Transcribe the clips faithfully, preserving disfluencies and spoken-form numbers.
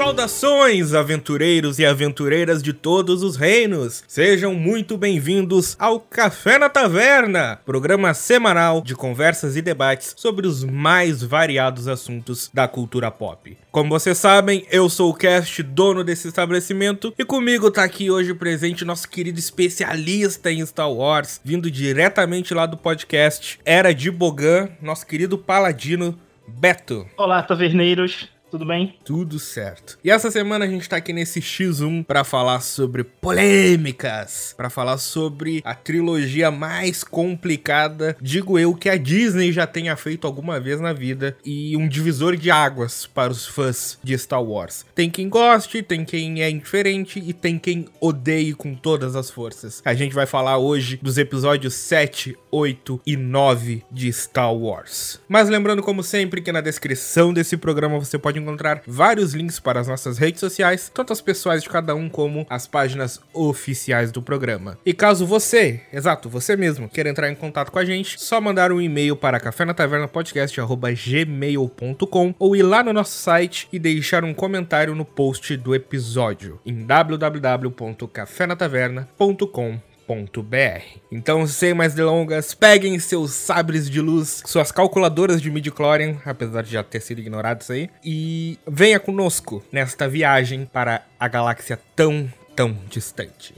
Saudações, aventureiros e aventureiras de todos os reinos! Sejam muito bem-vindos ao Café na Taverna, programa semanal de conversas e debates sobre os mais variados assuntos da cultura pop. Como vocês sabem, eu sou o Cast, dono desse estabelecimento, e comigo tá aqui hoje presente nosso querido especialista em Star Wars, vindo diretamente lá do podcast Era de Bogan, nosso querido paladino Beto. Olá, taverneiros! Tudo bem? Tudo certo. E essa semana a gente tá aqui nesse X um pra falar sobre polêmicas, pra falar sobre a trilogia mais complicada, digo eu, que a Disney já tenha feito alguma vez na vida, e um divisor de águas para os fãs de Star Wars. Tem quem goste, tem quem é indiferente e tem quem odeie com todas as forças. A gente vai falar hoje dos episódios sete, oito e nove de Star Wars. Mas lembrando, como sempre, que na descrição desse programa você pode encontrar vários links para as nossas redes sociais, tanto as pessoais de cada um como as páginas oficiais do programa. E caso você, exato, você mesmo, queira entrar em contato com a gente, só mandar um e-mail para café na taverna podcast arroba gmail ponto com ou ir lá no nosso site e deixar um comentário no post do episódio em w w w ponto café na taverna ponto com ponto b r. Então, sem mais delongas, peguem seus sabres de luz, suas calculadoras de midi-chlorian, apesar de já ter sido ignorado isso aí, e venha conosco nesta viagem para a galáxia tão, tão distante.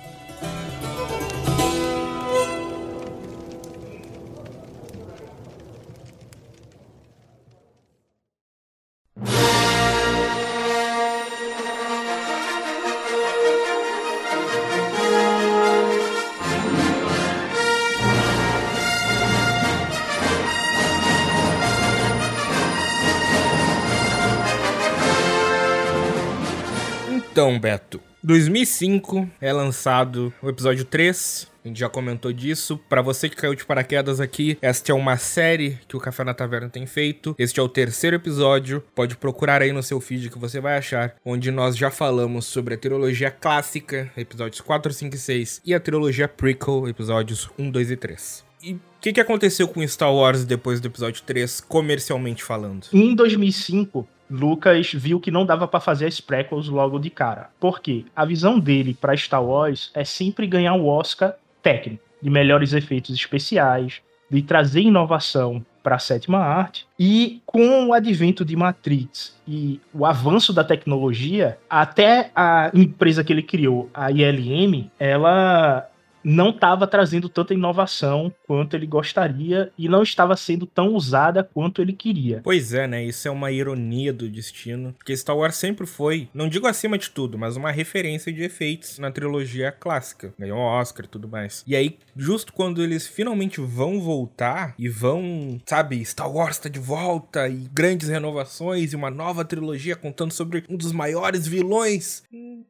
Então, Beto, dois mil e cinco é lançado o episódio três, a gente já comentou disso. Pra você que caiu de paraquedas aqui, esta é uma série que o Café na Taverna tem feito. Este é o terceiro episódio, pode procurar aí no seu feed que você vai achar, onde nós já falamos sobre a trilogia clássica, episódios quatro, cinco e seis, e a trilogia prequel, episódios um, dois e três. E o que, que aconteceu com Star Wars depois do episódio três, comercialmente falando? Em dois mil e cinco... Lucas viu que não dava pra fazer as prequels logo de cara. Por quê? A visão dele pra Star Wars é sempre ganhar o Oscar técnico, de melhores efeitos especiais, de trazer inovação para a sétima arte. E com o advento de Matrix e o avanço da tecnologia, até a empresa que ele criou, a I L M, ela não estava trazendo tanta inovação quanto ele gostaria e não estava sendo tão usada quanto ele queria. Pois é, né? Isso é uma ironia do destino, porque Star Wars sempre foi, não digo acima de tudo, mas uma referência de efeitos na trilogia clássica. Ganhou Oscar e tudo mais. E aí, justo quando eles finalmente vão voltar e vão, sabe, Star Wars tá de volta e grandes renovações e uma nova trilogia contando sobre um dos maiores vilões,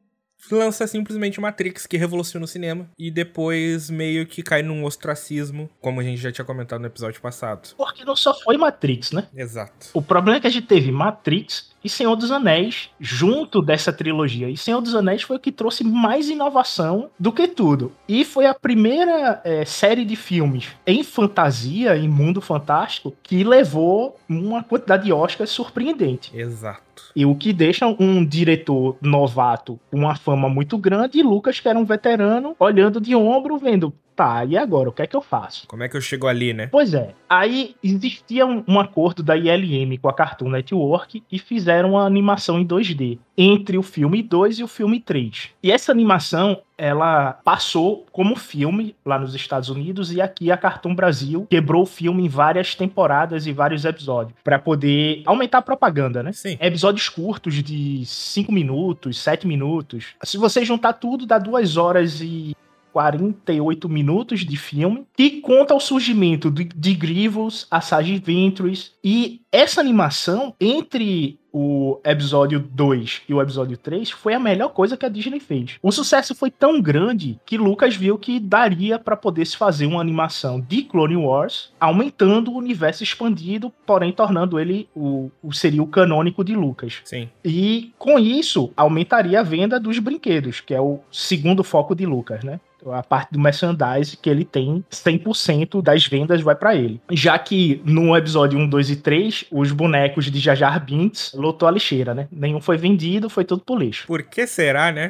lança simplesmente Matrix, que revoluciona o cinema, e depois meio que cai num ostracismo, como a gente já tinha comentado no episódio passado. Porque não só foi Matrix, né? Exato. O problema é que a gente teve Matrix e Senhor dos Anéis junto dessa trilogia. E Senhor dos Anéis foi o que trouxe mais inovação do que tudo. E foi a primeira é, série de filmes em fantasia, em mundo fantástico, que levou uma quantidade de Oscars surpreendente. Exato. E o que deixa um diretor novato com uma fama muito grande, e Lucas, que era um veterano, olhando de ombro, vendo, tá, e agora, o que é que eu faço? Como é que eu chego ali, né? Pois é. Aí existia um, um acordo da I L M com a Cartoon Network e fizeram uma animação em dois D entre o filme dois e o filme três. E essa animação, ela passou como filme lá nos Estados Unidos, e aqui a Cartoon Brasil quebrou o filme em várias temporadas e vários episódios, pra poder aumentar a propaganda, né? Sim. Episódios curtos de cinco minutos, sete minutos. Se você juntar tudo, dá duas horas e quarenta e oito minutos de filme, que conta o surgimento de, de Grievous, Asajj Ventress, e essa animação entre o episódio dois e o episódio três foi a melhor coisa que a Disney fez. O sucesso foi tão grande que Lucas viu que daria para poder se fazer uma animação de Clone Wars, aumentando o universo expandido, porém tornando ele o, o seria o canônico de Lucas. Sim. E com isso aumentaria a venda dos brinquedos, que é o segundo foco de Lucas, né? A parte do merchandise que ele tem, cem por cento das vendas vai pra ele. Já que no episódio um, dois e três, os bonecos de Jar Jar Binks lotou a lixeira, né? Nenhum foi vendido, foi tudo pro lixo. Por que será, né?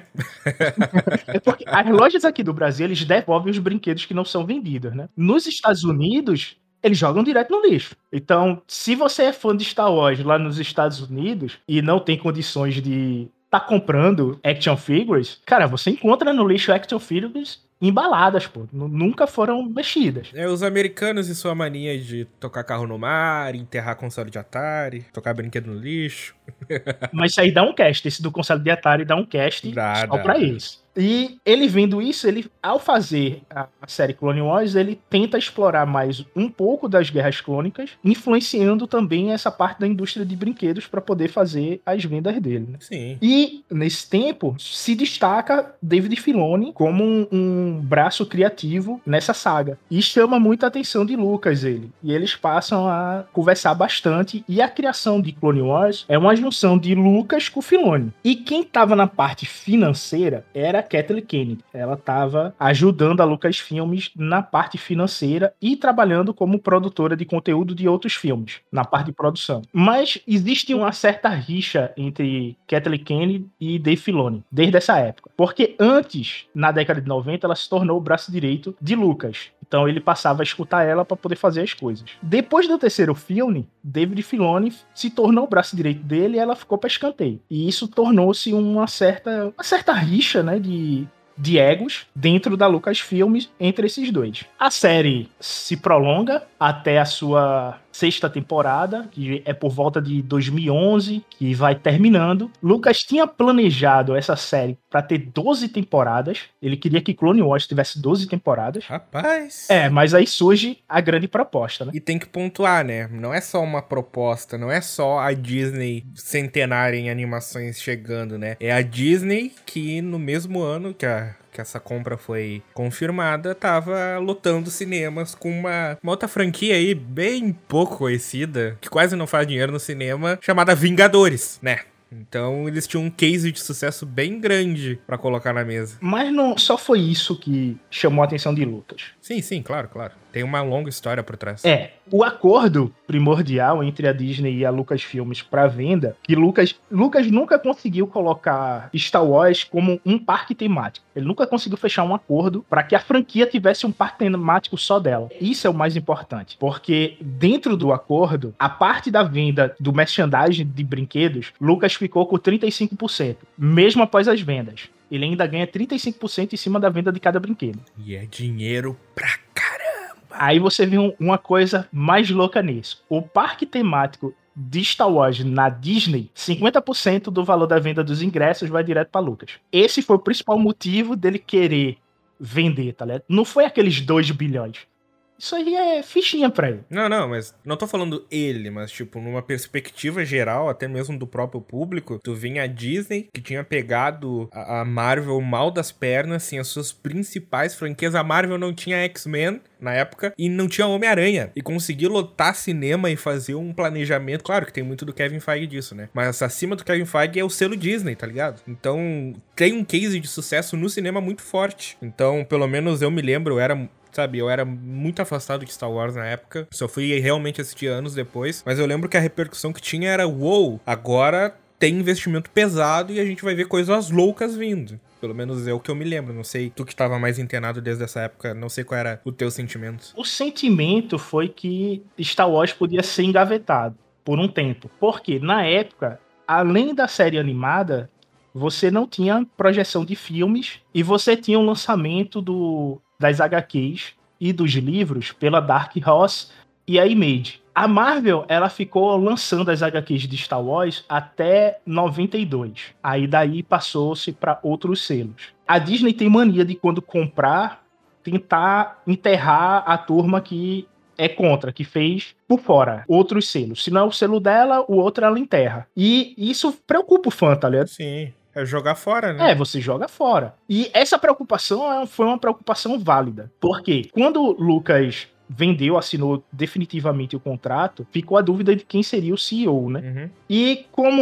É porque as lojas aqui do Brasil, eles devolvem os brinquedos que não são vendidos, né? Nos Estados Unidos, eles jogam direto no lixo. Então, se você é fã de Star Wars lá nos Estados Unidos e não tem condições de tá comprando action figures, cara, você encontra no lixo action figures embaladas, pô. N- Nunca foram mexidas. É, os americanos e sua mania de tocar carro no mar, enterrar console de Atari, tocar brinquedo no lixo. Mas isso aí dá um cast. Esse do console de Atari dá um cast Dá, só dá. pra isso. E ele vendo isso, ele, ao fazer a, a série Clone Wars, ele tenta explorar mais um pouco das guerras clônicas, influenciando também essa parte da indústria de brinquedos para poder fazer as vendas dele, né? Sim. E, nesse tempo, se destaca David Filoni como um, um braço criativo nessa saga. E chama muita atenção de Lucas, ele. E eles passam a conversar bastante. E a criação de Clone Wars é uma junção de Lucas com Filoni. E quem tava na parte financeira era a Kathleen Kennedy. Ela tava ajudando a Lucasfilmes na parte financeira e trabalhando como produtora de conteúdo de outros filmes, na parte de produção. Mas existe uma certa rixa entre Kathleen Kennedy e Dave Filoni, desde essa época. Porque antes, na década de noventa, ela se tornou o braço direito de Lucas. Então ele passava a escutar ela para poder fazer as coisas. Depois do terceiro filme, David Filoni se tornou o braço direito dele e ela ficou para escanteio. E isso tornou-se uma certa, uma certa rixa, né, de, de egos dentro da Lucasfilmes entre esses dois. A série se prolonga até a sua sexta temporada, que é por volta de dois mil e onze, que vai terminando. Lucas tinha planejado essa série para ter doze temporadas. Ele queria que Clone Wars tivesse doze temporadas. Rapaz. É, mas aí surge a grande proposta, né? E tem que pontuar, né? Não é só uma proposta, não é só a Disney centenária em animações chegando, né? É a Disney que no mesmo ano que a que essa compra foi confirmada, tava lotando cinemas com uma, uma outra franquia aí bem pouco conhecida, que quase não faz dinheiro no cinema, chamada Vingadores, né? Então eles tinham um case de sucesso bem grande pra colocar na mesa. Mas não só foi isso que chamou a atenção de Lucas. Sim, sim, claro, claro. Tem uma longa história por trás. É, o acordo primordial entre a Disney e a Lucasfilmes para venda, que Lucas, Lucas nunca conseguiu colocar Star Wars como um parque temático. Ele nunca conseguiu fechar um acordo para que a franquia tivesse um parque temático só dela. Isso é o mais importante, porque dentro do acordo, a parte da venda do merchandising de brinquedos, Lucas ficou com trinta e cinco por cento, mesmo após as vendas. Ele ainda ganha trinta e cinco por cento em cima da venda de cada brinquedo. E é dinheiro pra caramba. Aí você vê um, uma coisa mais louca nisso. O parque temático de Star Wars na Disney, cinquenta por cento do valor da venda dos ingressos vai direto pra Lucas. Esse foi o principal motivo dele querer vender, tá ligado? Não foi aqueles dois bilhões. Isso aí é fichinha pra ele. Não, não, mas não tô falando ele, mas tipo, numa perspectiva geral, até mesmo do próprio público, tu vinha a Disney, que tinha pegado a, a Marvel mal das pernas, assim, as suas principais franquias. A Marvel não tinha X-Men na época e não tinha Homem-Aranha. E conseguir lotar cinema e fazer um planejamento, claro que tem muito do Kevin Feige disso, né? Mas acima do Kevin Feige é o selo Disney, tá ligado? Então, tem um case de sucesso no cinema muito forte. Então, pelo menos eu me lembro, eu era... Sabe, eu era muito afastado de Star Wars na época. Só fui realmente assistir anos depois. Mas eu lembro que a repercussão que tinha era... Uou, agora tem investimento pesado e a gente vai ver coisas loucas vindo. Pelo menos é o que eu me lembro. Não sei, tu que tava mais internado desde essa época, não sei qual era o teu sentimento. O sentimento foi que Star Wars podia ser engavetado por um tempo. Porque, na época, além da série animada, você não tinha projeção de filmes e você tinha o lançamento do... das agá quês e dos livros pela Dark Horse e a Image. A Marvel, ela ficou lançando as agá quês de Star Wars até noventa e dois. Aí daí passou-se para outros selos. A Disney tem mania de, quando comprar, tentar enterrar a turma que é contra, que fez por fora outros selos. Se não é o selo dela, o outro ela enterra. E isso preocupa o fã, tá ligado? Sim. É jogar fora, né? É, você joga fora. E essa preocupação foi uma preocupação válida. Porque quando o Lucas vendeu, assinou definitivamente o contrato, ficou a dúvida de quem seria o C E O, né? Uhum. E como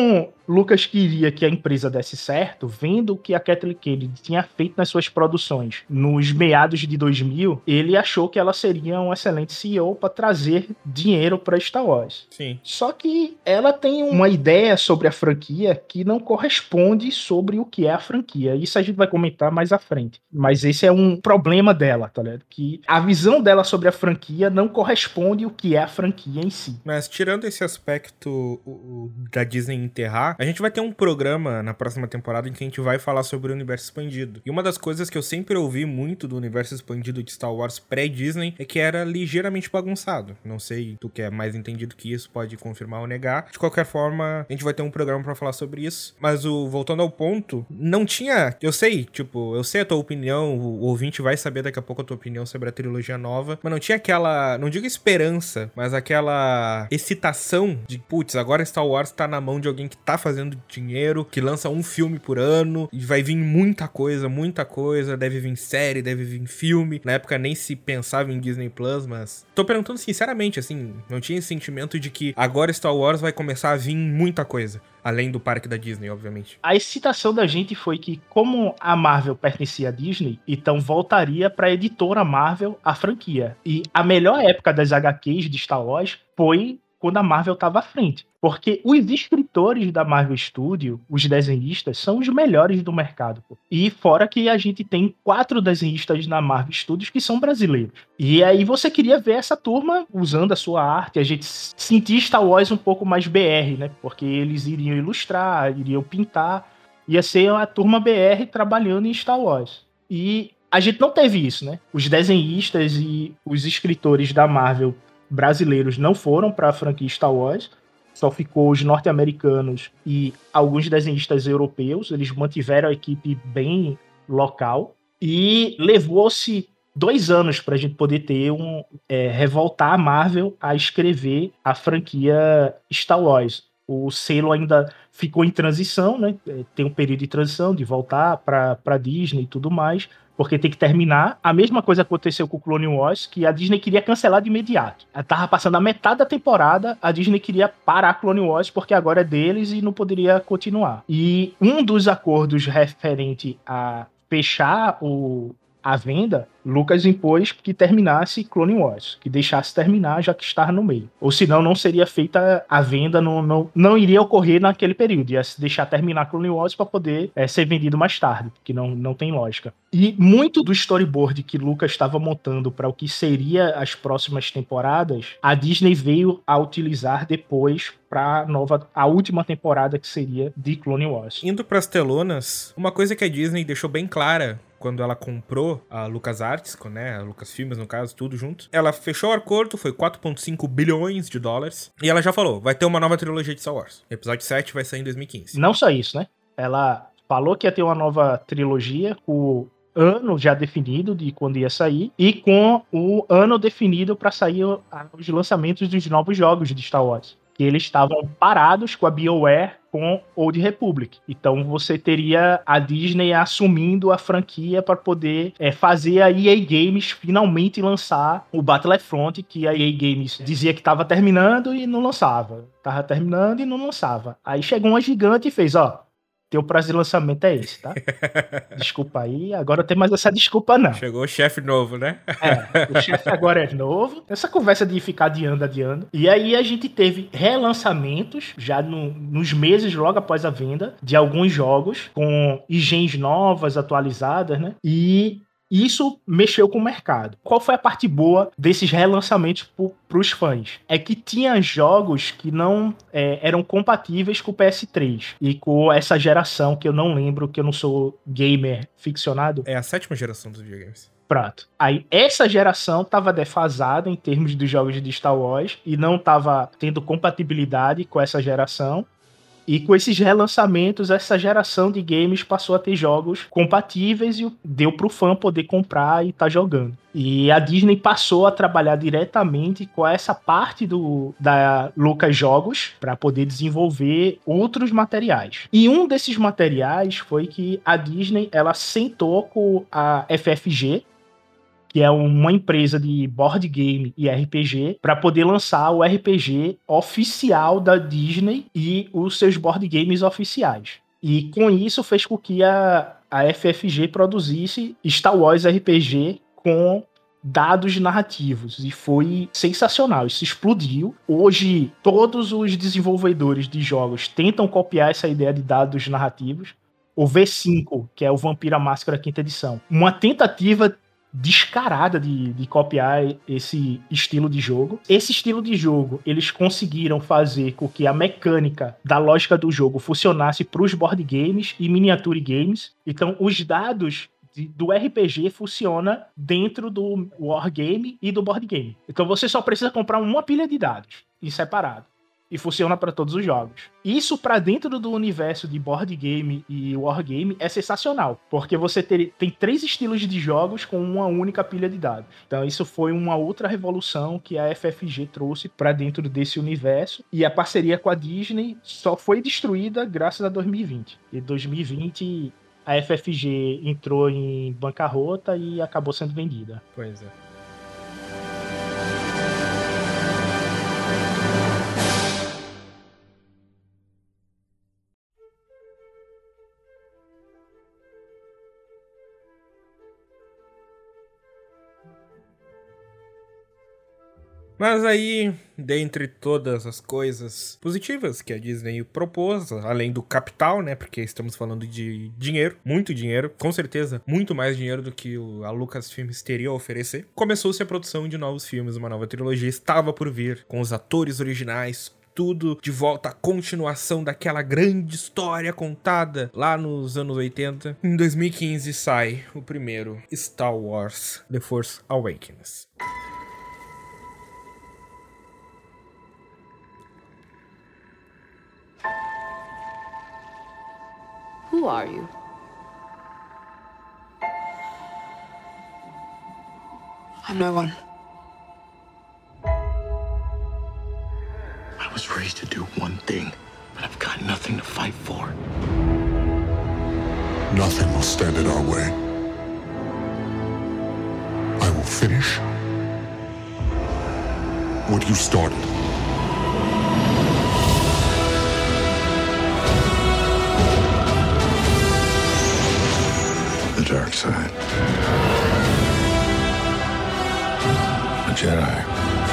Lucas queria que a empresa desse certo, vendo o que a Kathleen Kennedy tinha feito nas suas produções nos meados de dois mil, ele achou que ela seria um excelente C E O para trazer dinheiro para Star Wars. Sim. Só que ela tem uma ideia sobre a franquia que não corresponde sobre o que é a franquia. Isso a gente vai comentar mais à frente. Mas esse é um problema dela, tá ligado? Que a visão dela sobre a franquia não corresponde ao que é a franquia em si. Mas tirando esse aspecto o, o, da Disney enterrar, a gente vai ter um programa na próxima temporada em que a gente vai falar sobre o universo expandido. E uma das coisas que eu sempre ouvi muito do universo expandido de Star Wars pré-Disney é que era ligeiramente bagunçado. Não sei, tu que é mais entendido que isso pode confirmar ou negar. De qualquer forma, a gente vai ter um programa pra falar sobre isso. Mas o voltando ao ponto, não tinha... Eu sei, tipo, eu sei a tua opinião, o ouvinte vai saber daqui a pouco a tua opinião sobre a trilogia nova, mas não tinha aquela... Não digo esperança, mas aquela excitação de, putz, agora Star Wars tá na mão de alguém que tá fazendo dinheiro, que lança um filme por ano, e vai vir muita coisa, muita coisa, deve vir série, deve vir filme. Na época nem se pensava em Disney Plus, mas... Tô perguntando sinceramente, assim, não tinha esse sentimento de que agora Star Wars vai começar a vir muita coisa. Além do parque da Disney, obviamente. A excitação da gente foi que, como a Marvel pertencia à Disney, então voltaria pra editora Marvel a franquia. E a melhor época das H Qs de Star Wars foi quando a Marvel estava à frente. Porque os escritores da Marvel Studio, os desenhistas, são os melhores do mercado. Pô. E fora que a gente tem quatro desenhistas na Marvel Studios que são brasileiros. E aí você queria ver essa turma usando a sua arte, a gente sentir Star Wars um pouco mais B R, né? Porque eles iriam ilustrar, iriam pintar, ia ser a turma B R trabalhando em Star Wars. E a gente não teve isso, né? Os desenhistas e os escritores da Marvel brasileiros não foram para a franquia Star Wars, só ficou os norte-americanos e alguns desenhistas europeus. Eles mantiveram a equipe bem local e levou-se dois anos para a gente poder ter um é, revoltar a Marvel a escrever a franquia Star Wars. O selo ainda ficou em transição, né? Tem um período de transição de voltar para para Disney e tudo mais, porque tem que terminar. A mesma coisa aconteceu com o Clone Wars, que a Disney queria cancelar de imediato. Ela tava passando a metade da temporada, a Disney queria parar Clone Wars, porque agora é deles e não poderia continuar. E um dos acordos referente a fechar o, a venda, Lucas impôs que terminasse Clone Wars, que deixasse terminar, já que estava no meio. Ou senão não seria feita a venda, não, não, não iria ocorrer naquele período, ia se deixar terminar Clone Wars para poder é, ser vendido mais tarde, que não, não tem lógica. E muito do storyboard que Lucas estava montando para o que seria as próximas temporadas, a Disney veio a utilizar depois para nova, a última temporada, que seria de Clone Wars. Indo para as telonas, uma coisa que a Disney deixou bem clara quando ela comprou a LucasArts, né, a Lucasfilmes no caso, tudo junto, ela fechou o acordo, foi quatro vírgula cinco bilhões de dólares, e ela já falou, vai ter uma nova trilogia de Star Wars. O episódio sete vai sair em dois mil e quinze. Não só isso, né? Ela falou que ia ter uma nova trilogia com o ano já definido de quando ia sair, e com o ano definido para sair os lançamentos dos novos jogos de Star Wars. Que eles estavam parados com a BioWare, com Old Republic. Então você teria a Disney assumindo a franquia para poder é, fazer a E A Games finalmente lançar o Battlefront, que a E A Games dizia que estava terminando e não lançava. Tava terminando e não lançava. Aí chegou uma gigante e fez, ó, teu prazo de lançamento é esse, tá? Desculpa aí, agora não tem mais essa desculpa, não. Chegou o chefe novo, né? É, o chefe agora é novo. Essa conversa de ficar adiando, adiando. E aí a gente teve relançamentos, já no, nos meses logo após a venda, de alguns jogos, com engens novas, atualizadas, né? E isso mexeu com o mercado. Qual foi a parte boa desses relançamentos para os fãs? É que tinha jogos que não é, eram compatíveis com o P S três. E com essa geração, que eu não lembro, que eu não sou gamer ficcionado. É a sétima geração dos videogames. Pronto. Aí essa geração estava defasada em termos dos jogos de Star Wars e não estava tendo compatibilidade com essa geração. E com esses relançamentos, essa geração de games passou a ter jogos compatíveis e deu pro fã poder comprar e tá jogando. E a Disney passou a trabalhar diretamente com essa parte do, da Lucas Jogos para poder desenvolver outros materiais. E um desses materiais foi que a Disney ela sentou com a F F G, que é uma empresa de board game e R P G, para poder lançar o R P G oficial da Disney e os seus board games oficiais. E com isso fez com que a, a F F G produzisse Star Wars R P G com dados narrativos, e foi sensacional, isso explodiu. Hoje todos os desenvolvedores de jogos tentam copiar essa ideia de dados narrativos. O V cinco, que é o Vampira Máscara quinta edição, uma tentativa descarada de, de copiar esse estilo de jogo. Esse estilo de jogo, eles conseguiram fazer com que a mecânica da lógica do jogo funcionasse para os board games e miniature games. Então, os dados de, do R P G funciona dentro do wargame e do board game. Então, você só precisa comprar uma pilha de dados em separado. E funciona para todos os jogos. Isso para dentro do universo de board game e wargame é sensacional, porque você ter, tem três estilos de jogos com uma única pilha de dados. Então isso foi uma outra revolução que a F F G trouxe para dentro desse universo, e a parceria com a Disney só foi destruída graças a dois mil e vinte. E dois mil e vinte a F F G entrou em bancarrota e acabou sendo vendida. Pois é. Mas aí, dentre todas as coisas positivas que a Disney propôs, além do capital, né, porque estamos falando de dinheiro, muito dinheiro, com certeza, muito mais dinheiro do que a Lucasfilmes teria a oferecer, começou-se a produção de novos filmes, uma nova trilogia estava por vir, com os atores originais, tudo de volta à continuação daquela grande história contada lá nos anos oitenta. Em dois mil e quinze sai o primeiro Star Wars The Force Awakens. Who are you? I'm no one. I was raised to do one thing, but I've got nothing to fight for. Nothing will stand in our way. I will finish what you started. The dark side. A Jedi.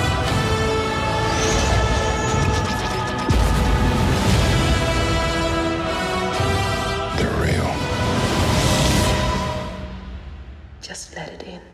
They're real. Just let it in.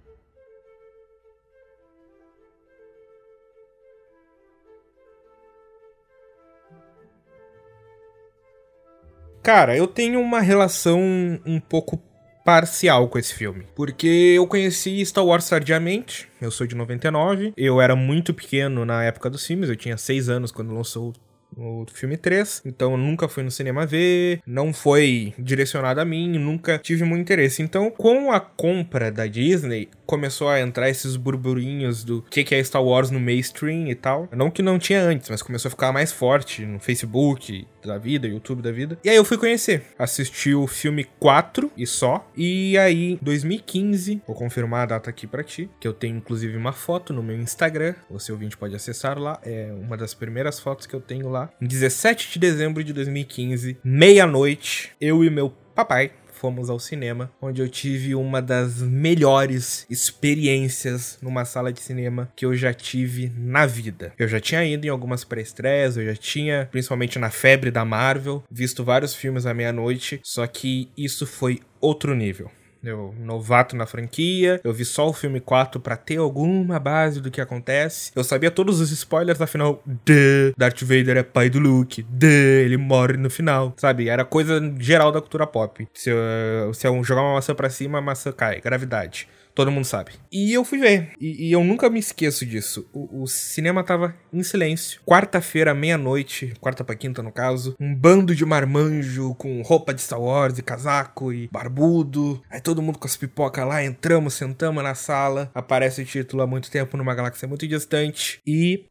Cara, eu tenho uma relação um pouco parcial com esse filme, porque eu conheci Star Wars tardiamente, eu sou de noventa e nove, eu era muito pequeno na época dos filmes, eu tinha seis anos quando lançou o filme três, então eu nunca fui no cinema ver, não foi direcionado a mim, nunca tive muito interesse. Então, com a compra da Disney, começou a entrar esses burburinhos do que que é Star Wars no mainstream e tal. Não que não tinha antes, mas começou a ficar mais forte no Facebook da vida, YouTube da vida. E aí eu fui conhecer. Assisti o filme quatro e só. E aí, dois mil e quinze, vou confirmar a data aqui pra ti, que eu tenho inclusive uma foto no meu Instagram, você ouvinte pode acessar lá, é uma das primeiras fotos que eu tenho lá. Em dezessete de dezembro de dois mil e quinze, meia-noite, eu e meu papai fomos ao cinema, onde eu tive uma das melhores experiências numa sala de cinema que eu já tive na vida. Eu já tinha ido em algumas pré-estreias, eu já tinha, principalmente na febre da Marvel, visto vários filmes à meia-noite, só que isso foi outro nível. Eu, novato na franquia, eu vi só o filme quatro pra ter alguma base do que acontece. Eu sabia todos os spoilers, afinal, duh, Darth Vader é pai do Luke, duh, ele morre no final, sabe? Era coisa geral da cultura pop. Se eu, se eu jogar uma maçã pra cima, a maçã cai, gravidade. Todo mundo sabe. E eu fui ver. E, e eu nunca me esqueço disso. O, o cinema tava em silêncio. Quarta-feira, meia-noite, quarta pra quinta no caso, um bando de marmanjo com roupa de Star Wars e casaco e barbudo. Aí todo mundo com as pipocas lá, entramos, sentamos na sala. Aparece o título Há Muito Tempo numa Galáxia Muito Distante. E...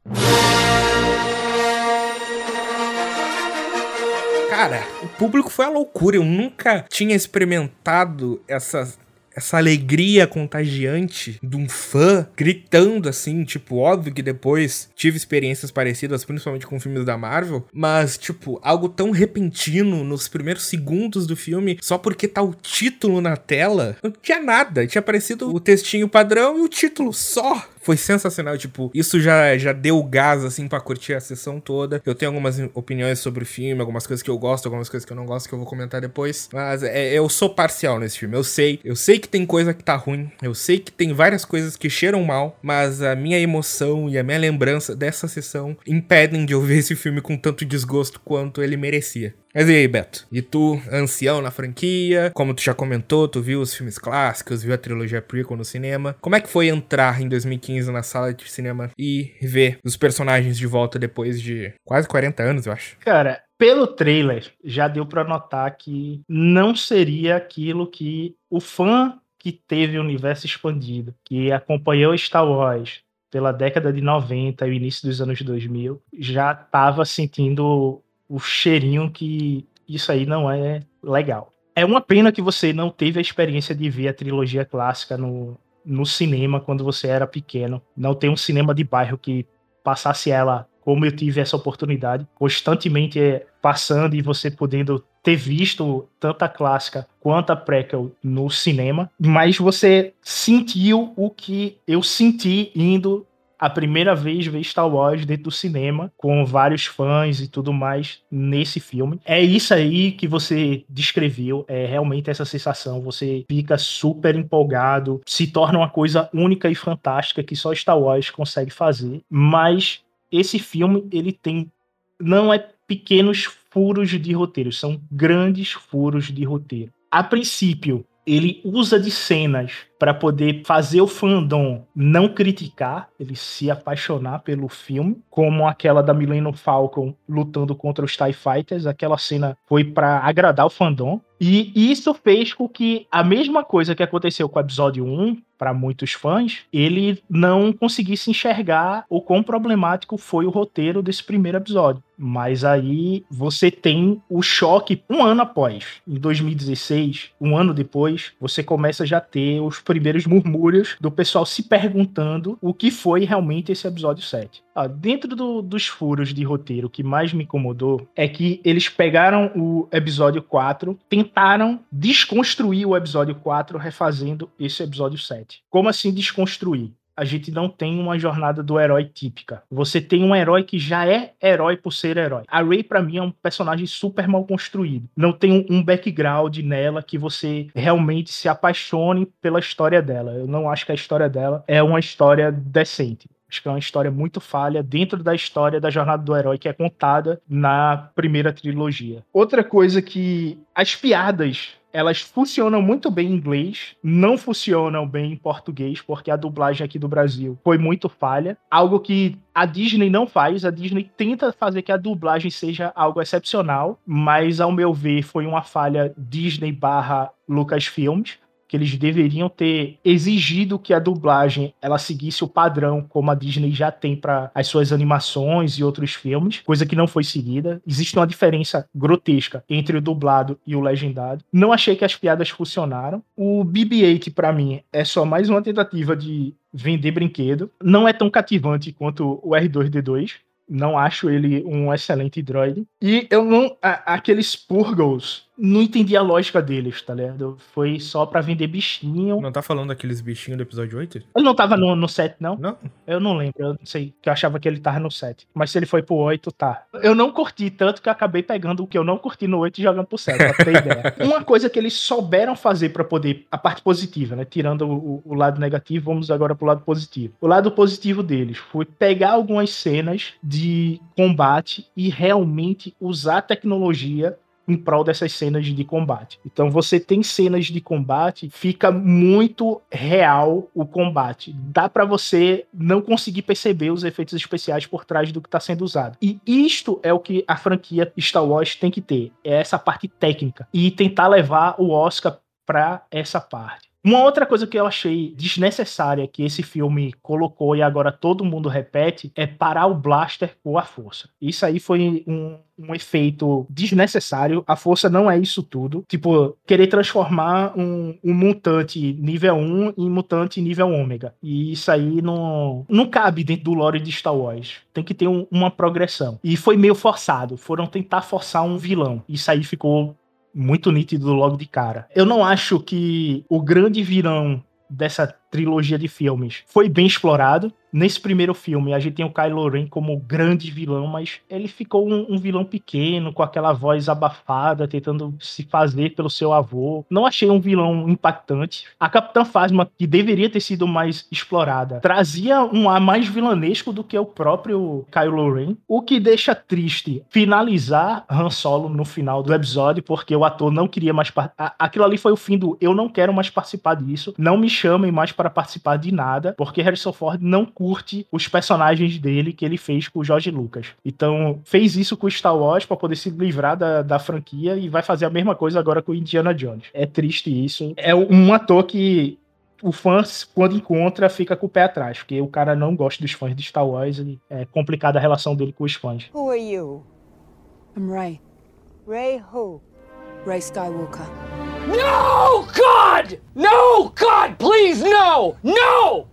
cara, o público foi a loucura. Eu nunca tinha experimentado essas... essa alegria contagiante de um fã gritando assim, tipo, óbvio que depois tive experiências parecidas, principalmente com filmes da Marvel, mas, tipo, algo tão repentino nos primeiros segundos do filme, só porque tá o título na tela, não tinha nada, tinha aparecido o textinho padrão e o título só. Foi sensacional, tipo, isso já, já deu gás, assim, pra curtir a sessão toda. Eu tenho algumas opiniões sobre o filme, algumas coisas que eu gosto, algumas coisas que eu não gosto, que eu vou comentar depois. Mas é, eu sou parcial nesse filme, eu sei. Eu sei que tem coisa que tá ruim, eu sei que tem várias coisas que cheiram mal, mas a minha emoção e a minha lembrança dessa sessão impedem de eu ver esse filme com tanto desgosto quanto ele merecia. Mas e aí, Beto? E tu, ancião na franquia, como tu já comentou, tu viu os filmes clássicos, viu a trilogia prequel no cinema. Como é que foi entrar em dois mil e quinze na sala de cinema e ver os personagens de volta depois de quase quarenta anos, eu acho? Cara, pelo trailer, já deu pra notar que não seria aquilo que o fã que teve o universo expandido, que acompanhou Star Wars pela década de noventa e o início dos anos dois mil, já tava sentindo o cheirinho que isso aí não é legal. É uma pena que você não teve a experiência de ver a trilogia clássica no, no cinema quando você era pequeno. Não tem um cinema de bairro que passasse ela como eu tive essa oportunidade, constantemente passando e você podendo ter visto tanto a clássica quanto a prequel no cinema, mas você sentiu o que eu senti indo a primeira vez ver Star Wars dentro do cinema, com vários fãs e tudo mais nesse filme. É isso aí que você descreveu, é realmente essa sensação. Você fica super empolgado, se torna uma coisa única e fantástica que só Star Wars consegue fazer. Mas esse filme, ele tem... não é pequenos furos de roteiro, são grandes furos de roteiro. A princípio, ele usa de cenas para poder fazer o fandom não criticar, ele se apaixonar pelo filme, como aquela da Millennium Falcon lutando contra os TIE Fighters. Aquela cena foi para agradar o fandom. E isso fez com que a mesma coisa que aconteceu com o episódio um, para muitos fãs, ele não conseguisse enxergar o quão problemático foi o roteiro desse primeiro episódio. Mas aí você tem o choque um ano após. Em dois mil e dezesseis, um ano depois, você começa já a ter os primeiros murmúrios do pessoal se perguntando o que foi realmente esse episódio sete. Ah, dentro do, dos furos de roteiro, o que mais me incomodou é que eles pegaram o episódio quatro, tentaram desconstruir o episódio quatro refazendo esse episódio sete. Como assim desconstruir? A gente não tem uma jornada do herói típica. Você tem um herói que já é herói por ser herói. A Rey, pra mim, é um personagem super mal construído. Não tem um, um background nela que você realmente se apaixone pela história dela. Eu não acho que a história dela é uma história decente. Acho que é uma história muito falha dentro da história da jornada do herói que é contada na primeira trilogia. Outra coisa que as piadas, elas funcionam muito bem em inglês, não funcionam bem em português, porque a dublagem aqui do Brasil foi muito falha. Algo que a Disney não faz, a Disney tenta fazer que a dublagem seja algo excepcional, mas ao meu ver foi uma falha Disney barra Lucasfilms, que eles deveriam ter exigido que a dublagem ela seguisse o padrão como a Disney já tem para as suas animações e outros filmes, coisa que não foi seguida. Existe uma diferença grotesca entre o dublado e o legendado. Não achei que as piadas funcionaram. O B B oito, para mim, é só mais uma tentativa de vender brinquedo. Não é tão cativante quanto o R dois D dois. Não acho ele um excelente droid. E eu não... A, aqueles Purgles, não entendi a lógica deles, tá ligado? Foi só pra vender bichinho. Não tá falando daqueles bichinhos do episódio oito? Ele não tava no, no sete, não? Não. Eu não lembro, eu não sei. Que eu achava que ele tava no sete. Mas se ele foi pro oito, tá. Eu não curti tanto que eu acabei pegando o que eu não curti no oito e jogando pro sete, pra ter ideia. Uma coisa que eles souberam fazer pra poder... A parte positiva, né? Tirando o, o lado negativo, vamos agora pro lado positivo. O lado positivo deles foi pegar algumas cenas de combate e realmente usar a tecnologia em prol dessas cenas de combate. Então você tem cenas de combate, fica muito real o combate. Dá pra você não conseguir perceber os efeitos especiais por trás do que tá sendo usado. E isto é o que a franquia Star Wars tem que ter. É essa parte técnica. E tentar levar o Oscar pra essa parte. Uma outra coisa que eu achei desnecessária que esse filme colocou e agora todo mundo repete é parar o blaster com a força. Isso aí foi um, um efeito desnecessário. A força não é isso tudo. Tipo, querer transformar um, um mutante nível um em mutante nível ômega. E isso aí não, não cabe dentro do lore de Star Wars. Tem que ter um, uma progressão. E foi meio forçado. Foram tentar forçar um vilão. Isso aí ficou muito nítido logo de cara. Eu não acho que o grande vilão dessa trilogia de filmes foi bem explorado. Nesse primeiro filme, a gente tem o Kylo Ren como grande vilão, mas ele ficou um, um vilão pequeno, com aquela voz abafada, tentando se fazer pelo seu avô. Não achei um vilão impactante. A Capitã Phasma, que deveria ter sido mais explorada, trazia um ar mais vilanesco do que o próprio Kylo Ren, o que deixa triste finalizar Han Solo no final do episódio, porque o ator não queria mais... Par- Aquilo ali foi o fim do eu não quero mais participar disso, não me chamem mais para participar de nada, porque Harrison Ford não curte os personagens dele que ele fez com o George Lucas. Então, fez isso com Star Wars para poder se livrar da, da franquia e vai fazer a mesma coisa agora com Indiana Jones. É triste isso. É um ator que o fã, quando encontra, fica com o pé atrás, porque o cara não gosta dos fãs de Star Wars e é complicada a relação dele com os fãs. Who are you? I'm Rey. Rey who? Rey Skywalker. No, God! No, God, please, no! No!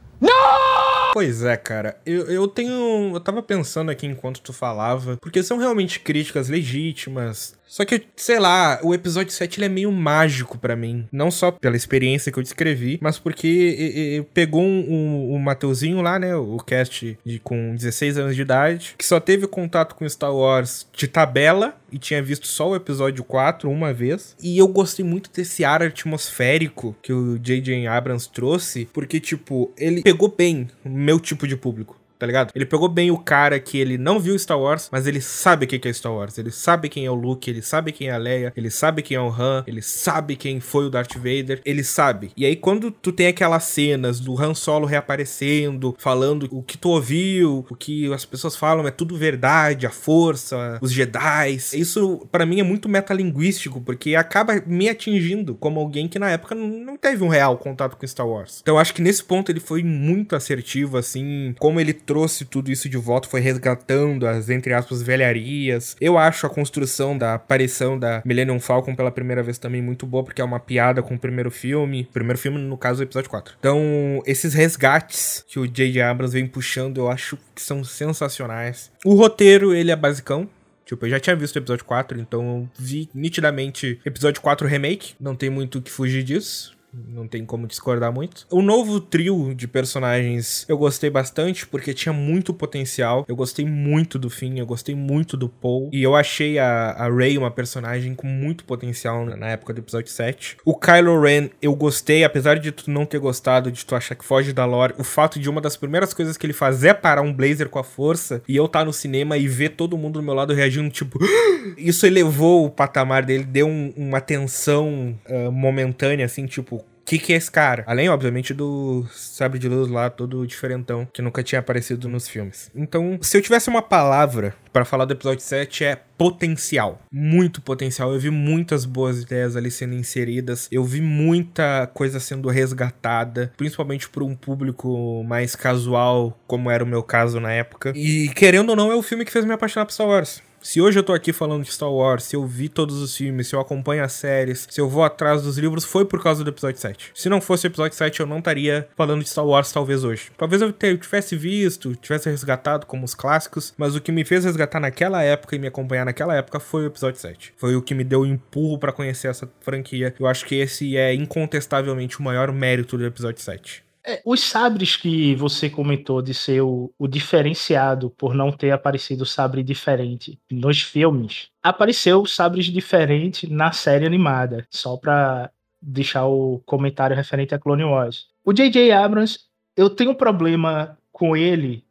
No! Pois é, cara, eu, eu tenho... Eu tava pensando aqui enquanto tu falava, porque são realmente críticas legítimas. Só que, sei lá, o episódio sete ele é meio mágico pra mim. Não só pela experiência que eu descrevi, mas porque e, e, pegou um, um, um Mateuzinho lá, né, o cast de, com dezesseis anos de idade, que só teve contato com Star Wars de tabela e tinha visto só o episódio quatro uma vez. E eu gostei muito desse ar atmosférico que o J J Abrams trouxe, porque, tipo, ele pegou bem o meu tipo de público. Tá ligado? Ele pegou bem o cara que ele não viu Star Wars, mas ele sabe o que é Star Wars. Ele sabe quem é o Luke, ele sabe quem é a Leia, ele sabe quem é o Han, ele sabe quem foi o Darth Vader, ele sabe. E aí quando tu tem aquelas cenas do Han Solo reaparecendo, falando o que tu ouviu, o que as pessoas falam é tudo verdade, a força, os Jedi, isso pra mim é muito metalinguístico, porque acaba me atingindo como alguém que na época não teve um real contato com Star Wars. Então eu acho que nesse ponto ele foi muito assertivo, assim, como ele trouxe tudo isso de volta, foi resgatando as, entre aspas, velharias. Eu acho a construção da aparição da Millennium Falcon pela primeira vez também muito boa, porque é uma piada com o primeiro filme. O primeiro filme, no caso, é o episódio quatro. Então, esses resgates que o J J Abrams vem puxando, eu acho que são sensacionais. O roteiro, ele é basicão. Tipo, eu já tinha visto o episódio quatro, então eu vi nitidamente episódio quatro remake. Não tem muito o que fugir disso. Não tem como discordar muito. O novo trio de personagens eu gostei bastante, porque tinha muito potencial. Eu gostei muito do Finn, eu gostei muito do Poe. E eu achei a, a Rey uma personagem com muito potencial na época do episódio sete. O Kylo Ren eu gostei, apesar de tu não ter gostado, de tu achar que foge da lore. O fato de uma das primeiras coisas que ele faz é parar um blazer com a força, e eu tá no cinema e ver todo mundo do meu lado reagindo, tipo... Isso elevou o patamar dele, deu um, uma tensão uh, momentânea, assim, tipo... O que, que é esse cara? Além, obviamente, do sabre de luz lá, todo diferentão, que nunca tinha aparecido nos filmes. Então, se eu tivesse uma palavra pra falar do episódio sete, é potencial. Muito potencial. Eu vi muitas boas ideias ali sendo inseridas. Eu vi muita coisa sendo resgatada, principalmente por um público mais casual, como era o meu caso na época. E, querendo ou não, é o filme que fez me apaixonar por Star Wars. Se hoje eu tô aqui falando de Star Wars, se eu vi todos os filmes, se eu acompanho as séries, se eu vou atrás dos livros, foi por causa do episódio sete. Se não fosse o episódio sete, eu não estaria falando de Star Wars talvez hoje. Talvez eu tivesse visto, tivesse resgatado como os clássicos, mas o que me fez resgatar naquela época e me acompanhar naquela época foi o episódio sete. Foi o que me deu o empurro pra conhecer essa franquia. Eu acho que esse é incontestavelmente o maior mérito do episódio sete. É, os sabres que você comentou de ser o, o diferenciado por não ter aparecido sabre diferente nos filmes, apareceu sabres diferentes na série animada, só pra deixar o comentário referente a Clone Wars. O J J Abrams, eu tenho um problema com ele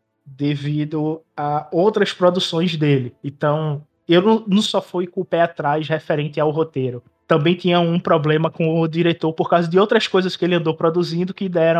devido a outras produções dele. Então, eu não, não só fui com o pé atrás referente ao roteiro. Também tinha um problema com o diretor por causa de outras coisas que ele andou produzindo que deram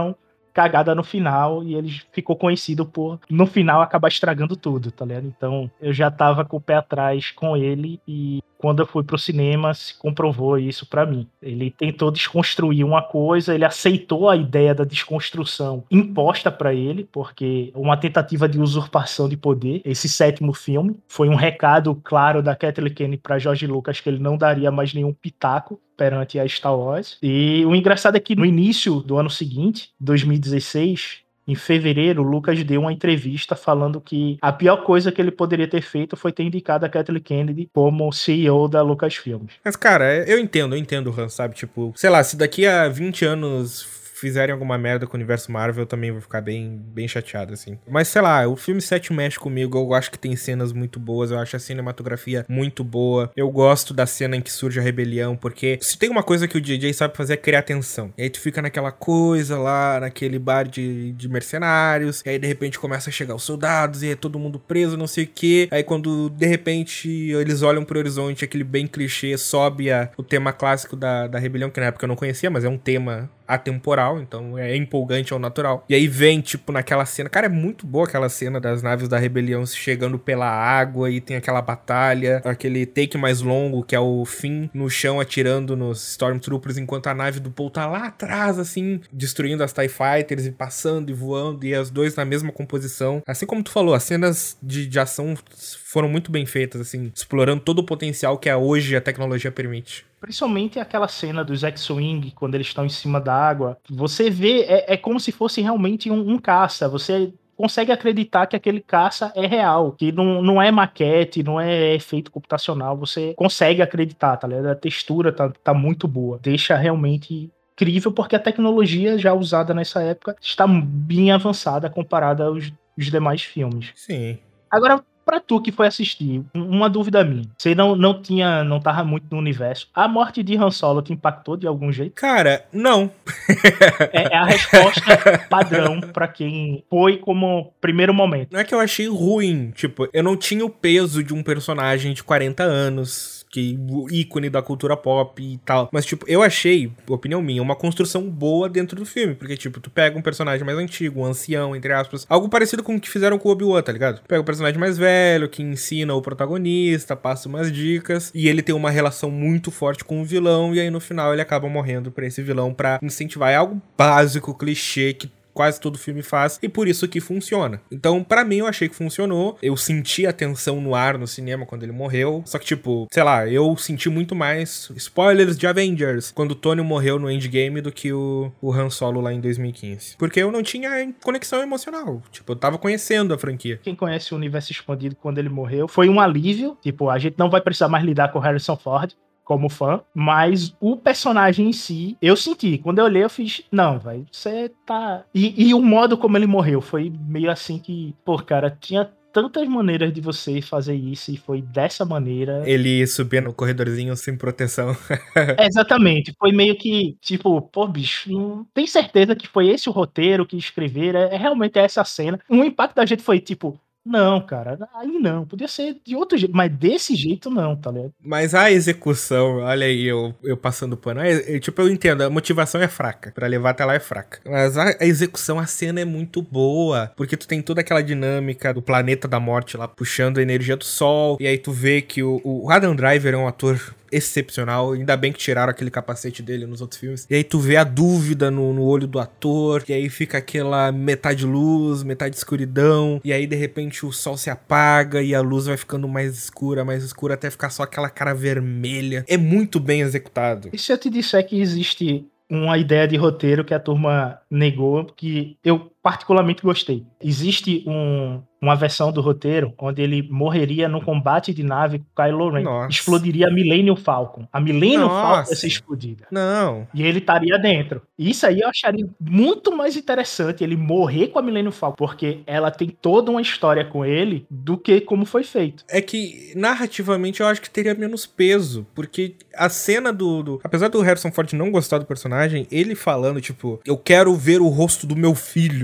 cagada no final e ele ficou conhecido por, no final, acabar estragando tudo, tá ligado? Então, eu já tava com o pé atrás com ele e quando eu fui pro cinema, se comprovou isso pra mim. Ele tentou desconstruir uma coisa, ele aceitou a ideia da desconstrução imposta pra ele, porque uma tentativa de usurpação de poder. Esse sétimo filme foi um recado claro da Kathleen Kennedy pra George Lucas que ele não daria mais nenhum pitaco perante a Star Wars. E o engraçado é que no início do ano seguinte, dois mil e dezesseis, em fevereiro, o Lucas deu uma entrevista falando que a pior coisa que ele poderia ter feito foi ter indicado a Kathleen Kennedy como C E O da Lucasfilms. Mas, cara, eu entendo, eu entendo, Han, sabe? Tipo, sei lá, se daqui a vinte anos fizerem alguma merda com o universo Marvel, eu também vou ficar bem, bem chateado, assim. Mas, sei lá, o filme sete mexe comigo, eu acho que tem cenas muito boas, eu acho a cinematografia muito boa, eu gosto da cena em que surge a rebelião, porque se tem uma coisa que o J J sabe fazer é criar tensão. E aí tu fica naquela coisa lá, naquele bar de, de mercenários, e aí de repente começa a chegar os soldados, e é todo mundo preso, não sei o quê. Aí quando, de repente, eles olham pro horizonte, aquele bem clichê, sobe a, o tema clássico da, da rebelião, que na época eu não conhecia, mas é um tema atemporal, então é empolgante ao natural. E aí vem, tipo, naquela cena... Cara, é muito boa aquela cena das naves da rebelião chegando pela água e tem aquela batalha, aquele take mais longo, que é o Finn no chão atirando nos Stormtroopers, enquanto a nave do Paul tá lá atrás, assim, destruindo as TIE Fighters e passando e voando, e as dois na mesma composição. Assim como tu falou, as cenas de, de ação foram muito bem feitas, assim, explorando todo o potencial que hoje a tecnologia permite. Principalmente aquela cena dos X-Wing, quando eles estão em cima da água. Você vê, é, é como se fosse realmente um, um caça. Você consegue acreditar que aquele caça é real, que não, não é maquete, não é efeito computacional. Você consegue acreditar, tá ligado? A textura tá, tá muito boa. Deixa realmente incrível, porque a tecnologia já usada nessa época está bem avançada comparada aos, aos demais filmes. Sim. Agora, pra tu que foi assistir, uma dúvida minha. Você não, não tinha, não tava muito no universo. A morte de Han Solo te impactou de algum jeito? Cara, não. É, é a resposta padrão pra quem foi como primeiro momento. Não é que eu achei ruim. Tipo, eu não tinha o peso de um personagem de quarenta anos... que ícone da cultura pop e tal. Mas, tipo, eu achei, opinião minha, uma construção boa dentro do filme. Porque, tipo, tu pega um personagem mais antigo, um ancião, entre aspas. Algo parecido com o que fizeram com o Obi-Wan, tá ligado? Pega um personagem mais velho, que ensina o protagonista, passa umas dicas. E ele tem uma relação muito forte com o vilão. E aí, no final, ele acaba morrendo pra esse vilão pra incentivar. É algo básico, clichê, que quase todo filme faz, e por isso que funciona. Então, pra mim, eu achei que funcionou. Eu senti a tensão no ar no cinema quando ele morreu. Só que, tipo, sei lá, eu senti muito mais spoilers de Avengers quando o Tony morreu no Endgame do que o, o Han Solo lá em dois mil e quinze. Porque eu não tinha conexão emocional. Tipo, eu tava conhecendo a franquia. Quem conhece o Universo Expandido quando ele morreu, foi um alívio. Tipo, a gente não vai precisar mais lidar com o Harrison Ford como fã, mas o personagem em si, eu senti. Quando eu olhei, eu fiz, não, velho, você tá... E, e o modo como ele morreu foi meio assim que, pô, cara, tinha tantas maneiras de você fazer isso e foi dessa maneira. Ele subia no corredorzinho sem proteção. É, exatamente. Foi meio que, tipo, pô, bicho, não tem certeza que foi esse o roteiro que escreveram, é, é realmente essa cena. Um impacto da gente foi, tipo, não, cara, aí não, podia ser de outro jeito, mas desse jeito não, tá ligado? Mas a execução, olha aí, eu, eu passando pano, é, é, tipo, eu entendo, a motivação é fraca, pra levar até lá é fraca, mas a, a execução, a cena é muito boa, porque tu tem toda aquela dinâmica do planeta da morte lá, puxando a energia do sol, e aí tu vê que o, o Adam Driver é um ator excepcional, ainda bem que tiraram aquele capacete dele nos outros filmes, e aí tu vê a dúvida no, no olho do ator, e aí fica aquela metade luz, metade escuridão, e aí de repente o sol se apaga e a luz vai ficando mais escura, mais escura, até ficar só aquela cara vermelha. É muito bem executado. E se eu te disser que existe uma ideia de roteiro que a turma negou, que eu particularmente gostei. Existe um, uma versão do roteiro onde ele morreria no combate de nave com Kylo Ren. Nossa. Explodiria a Millennium Falcon. A Millennium Nossa. Falcon ia ser explodida. Não. E ele estaria dentro. Isso aí eu acharia muito mais interessante, ele morrer com a Millennium Falcon, porque ela tem toda uma história com ele do que como foi feito. É que, narrativamente, eu acho que teria menos peso, porque a cena do... do... Apesar do Harrison Ford não gostar do personagem, ele falando, tipo, eu quero ver o rosto do meu filho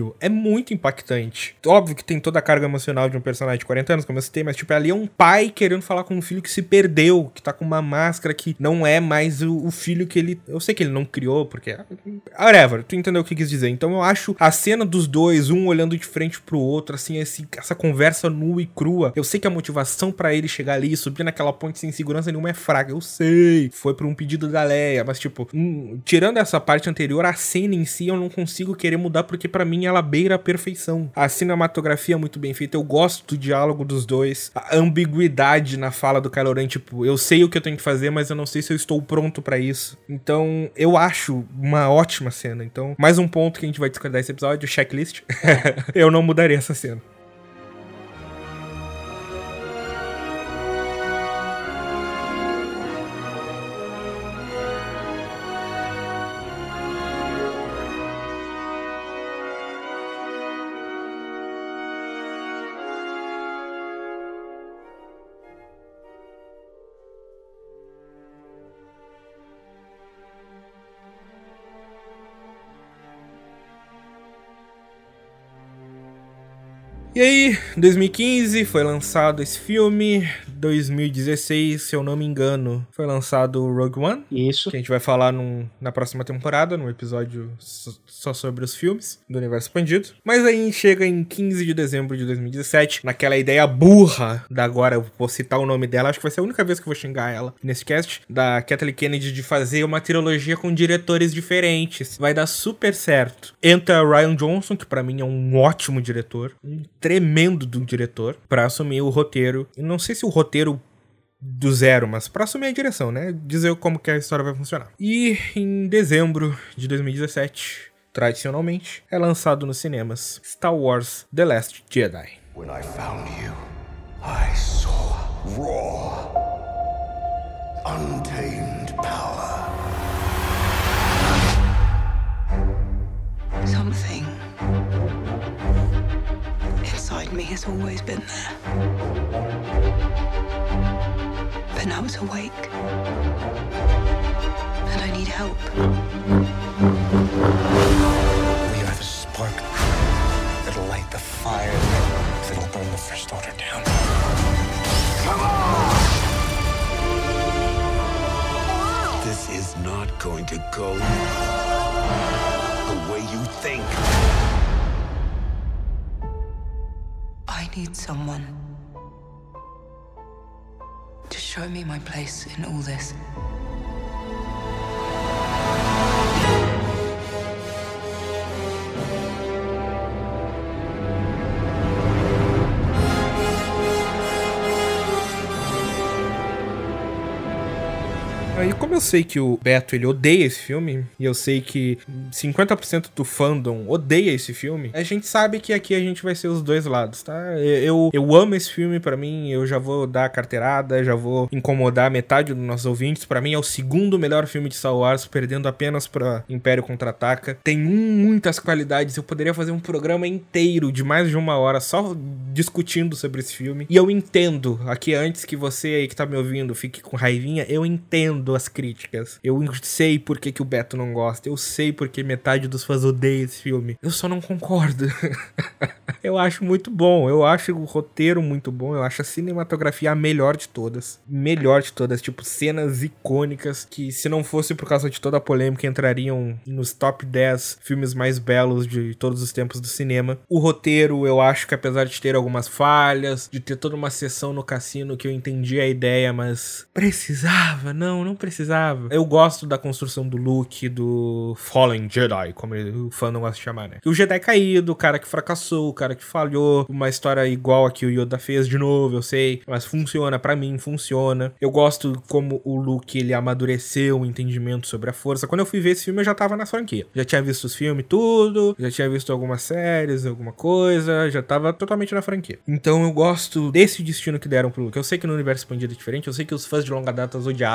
filho é muito impactante. Óbvio que tem toda a carga emocional de um personagem de quarenta anos, como eu citei, mas tipo, ali é um pai querendo falar com um filho que se perdeu, que tá com uma máscara que não é mais o, o filho que ele... Eu sei que ele não criou, porque... Whatever, tu entendeu o que eu quis dizer. Então eu acho a cena dos dois, um olhando de frente pro outro, assim, esse, essa conversa nua e crua. Eu sei que a motivação pra ele chegar ali e subir naquela ponte sem segurança nenhuma é fraca, eu sei. Foi por um pedido da Leia, mas tipo, hum, tirando essa parte anterior, a cena em si eu não consigo querer mudar, porque pra mim ela beira a perfeição. A cinematografia é muito bem feita, eu gosto do diálogo dos dois, a ambiguidade na fala do Kylo Ren, tipo, eu sei o que eu tenho que fazer, mas eu não sei se eu estou pronto pra isso. Então, eu acho uma ótima cena. Então, mais um ponto que a gente vai discordar esse episódio, checklist. Eu não mudaria essa cena. E aí, dois mil e quinze foi lançado esse filme, dois mil e dezesseis, se eu não me engano, foi lançado o Rogue One. Isso. Que a gente vai falar num, na próxima temporada, num episódio so, só sobre os filmes do universo expandido. Mas aí chega em quinze de dezembro de dois mil e dezessete, naquela ideia burra da agora, eu vou citar o nome dela, acho que vai ser a única vez que eu vou xingar ela nesse cast, da Kathleen Kennedy, de fazer uma trilogia com diretores diferentes. Vai dar super certo. Entra Rian Johnson, que pra mim é um ótimo diretor, um tremendo do diretor, pra assumir o roteiro. E não sei se o roteiro do zero, mas pra assumir a direção, né? Dizer como que a história vai funcionar. E em dezembro de dois mil e dezessete, tradicionalmente, é lançado nos cinemas Star Wars The Last Jedi. When I found you, I saw raw, untamed power. Something inside me has always been there. But now it's awake. And I need help. We are the spark that'll light the fire that'll burn the First Order down. Come on! This is not going to go the way you think. I need someone to show me my place in all this. E como eu sei que o Beto, ele odeia esse filme, e eu sei que cinquenta por cento do fandom odeia esse filme, a gente sabe que aqui a gente vai ser os dois lados, tá? Eu, eu amo esse filme, pra mim, eu já vou dar carteirada, já vou incomodar metade dos nossos ouvintes. Pra mim é o segundo melhor filme de Star Wars, perdendo apenas pra Império Contra-Ataca. Tem muitas qualidades, eu poderia fazer um programa inteiro de mais de uma hora só discutindo sobre esse filme. E eu entendo, aqui antes que você aí que tá me ouvindo fique com raivinha, eu entendo as críticas. Eu sei por que, que o Beto não gosta. Eu sei porque metade dos fãs odeia esse filme. Eu só não concordo. Eu acho muito bom. Eu acho o roteiro muito bom. Eu acho a cinematografia a melhor de todas. Melhor de todas. Tipo, cenas icônicas que, se não fosse por causa de toda a polêmica, entrariam nos top dez filmes mais belos de todos os tempos do cinema. O roteiro, eu acho que apesar de ter algumas falhas, de ter toda uma sessão no cassino que eu entendi a ideia, mas precisava? Não, não precisava. Eu gosto da construção do Luke, do Fallen Jedi, como o fã não gosta de chamar, né? O Jedi caído, o cara que fracassou, o cara que falhou, uma história igual a que o Yoda fez de novo, eu sei, mas funciona, pra mim, funciona. Eu gosto como o Luke, ele amadureceu o entendimento sobre a força. Quando eu fui ver esse filme, eu já tava na franquia. Já tinha visto os filmes, tudo, já tinha visto algumas séries, alguma coisa, já tava totalmente na franquia. Então eu gosto desse destino que deram pro Luke. Eu sei que no universo expandido é diferente, eu sei que os fãs de longa data odiaram, poucas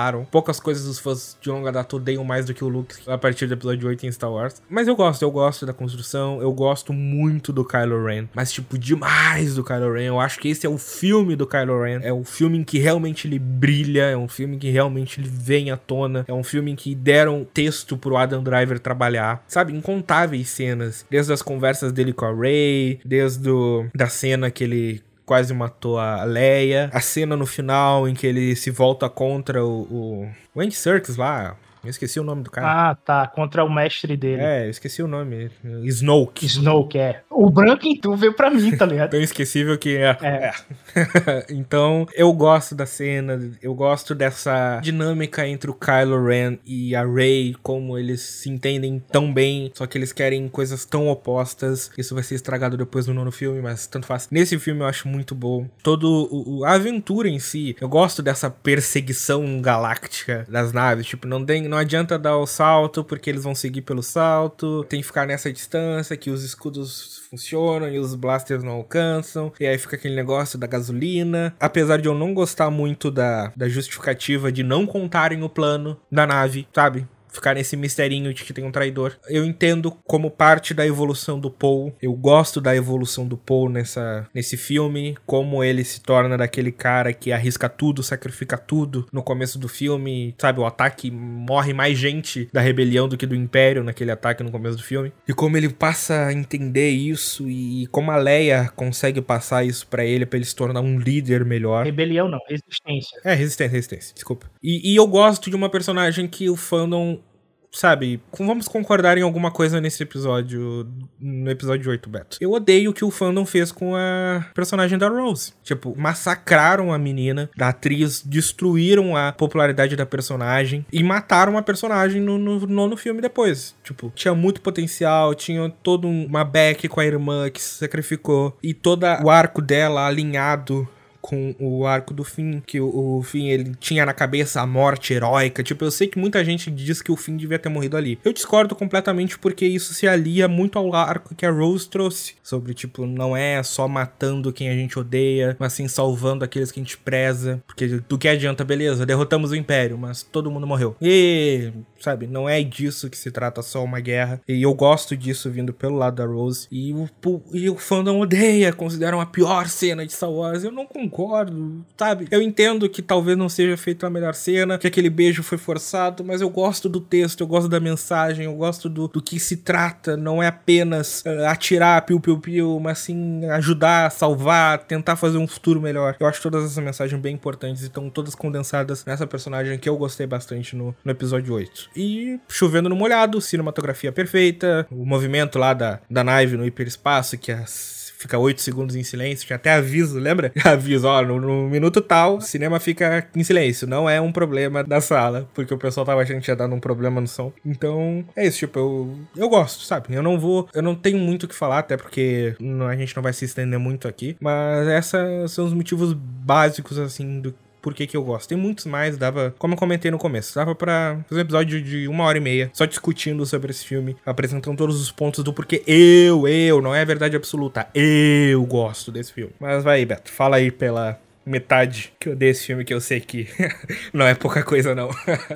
poucas coisas os fãs de longa data odeiam mais do que o Luke a partir do episódio oito em Star Wars. Mas eu gosto, eu gosto da construção, eu gosto muito do Kylo Ren. Mas, tipo, demais do Kylo Ren. Eu acho que esse é o filme do Kylo Ren. É o filme em que realmente ele brilha, é um filme em que realmente ele vem à tona. É um filme em que deram texto pro Adam Driver trabalhar. Sabe, incontáveis cenas. Desde as conversas dele com a Rey, desde o, da cena que ele quase matou a Leia, a cena no final em que ele se volta contra o, o, o Andy Serkis lá. Eu esqueci o nome do cara. Ah, tá. Contra o mestre dele. É, eu esqueci o nome. Snoke. Snoke, é. O branco em tu veio pra mim, tá ligado? Tão esquecível que é. É. é. Então, eu gosto da cena, eu gosto dessa dinâmica entre o Kylo Ren e a Rey, como eles se entendem tão bem, só que eles querem coisas tão opostas. Isso vai ser estragado depois no nono filme, mas tanto faz. Nesse filme eu acho muito bom. Todo o, a aventura em si, eu gosto dessa perseguição galáctica das naves. Tipo, não tem... Não adianta dar o salto, porque eles vão seguir pelo salto. Tem que ficar nessa distância, que os escudos funcionam e os blasters não alcançam. E aí fica aquele negócio da gasolina. Apesar de eu não gostar muito da, da justificativa de não contarem o plano da nave, sabe? Ficar nesse misterinho de que tem um traidor. Eu entendo como parte da evolução do Poe. Eu gosto da evolução do Poe nessa, nesse filme. Como ele se torna daquele cara que arrisca tudo, sacrifica tudo no começo do filme. Sabe, o ataque morre mais gente da rebelião do que do Império naquele ataque no começo do filme. E como ele passa a entender isso e como a Leia consegue passar isso pra ele, pra ele se tornar um líder melhor. Rebelião não, resistência. É, resistência, resistência, desculpa. E, e eu gosto de uma personagem que o fandom... Sabe, vamos concordar em alguma coisa nesse episódio, no episódio oito, Beto. Eu odeio o que o fandom fez com a personagem da Rose. Tipo, massacraram a menina, da atriz, destruíram a popularidade da personagem e mataram a personagem no, no nono filme depois. Tipo, tinha muito potencial, tinha toda uma back com a irmã que se sacrificou e todo o arco dela alinhado com o arco do Finn, que o, o Finn, ele tinha na cabeça a morte heróica. Tipo, eu sei que muita gente diz que o Finn devia ter morrido ali. Eu discordo completamente porque isso se alia muito ao arco que a Rose trouxe. Sobre, tipo, não é só matando quem a gente odeia, mas sim salvando aqueles que a gente preza. Porque do que adianta, beleza, derrotamos o Império, mas todo mundo morreu. E, sabe, não é disso que se trata só uma guerra. E eu gosto disso vindo pelo lado da Rose. E o, e o fandom odeia, consideram a pior cena de Star Wars. Eu não concordo. Concordo, sabe? Eu entendo que talvez não seja feita a melhor cena, que aquele beijo foi forçado, mas eu gosto do texto, eu gosto da mensagem, eu gosto do, do que se trata. Não é apenas uh, atirar, piu-piu-piu, mas sim ajudar, salvar, tentar fazer um futuro melhor. Eu acho todas essas mensagens bem importantes e estão todas condensadas nessa personagem que eu gostei bastante no, no episódio oito. E chovendo no molhado, cinematografia perfeita, o movimento lá da, da nave no hiperespaço, que as fica oito segundos em silêncio, tinha até aviso, lembra? Aviso, ó, no, no minuto tal, o cinema fica em silêncio, não é um problema da sala, porque o pessoal tava achando que tinha dado um problema no som. Então, é isso, tipo, eu, eu gosto, sabe? Eu não vou, eu não tenho muito o que falar, até porque não, a gente não vai se estender muito aqui, mas esses são os motivos básicos, assim, do por que que eu gosto. Tem muitos mais, dava, como eu comentei no começo, dava pra fazer um episódio de uma hora e meia, só discutindo sobre esse filme, apresentando todos os pontos do porquê eu, eu, não é verdade absoluta, eu gosto desse filme. Mas vai aí, Beto, fala aí pela metade que eu odeio esse filme, que eu sei que não é pouca coisa, não.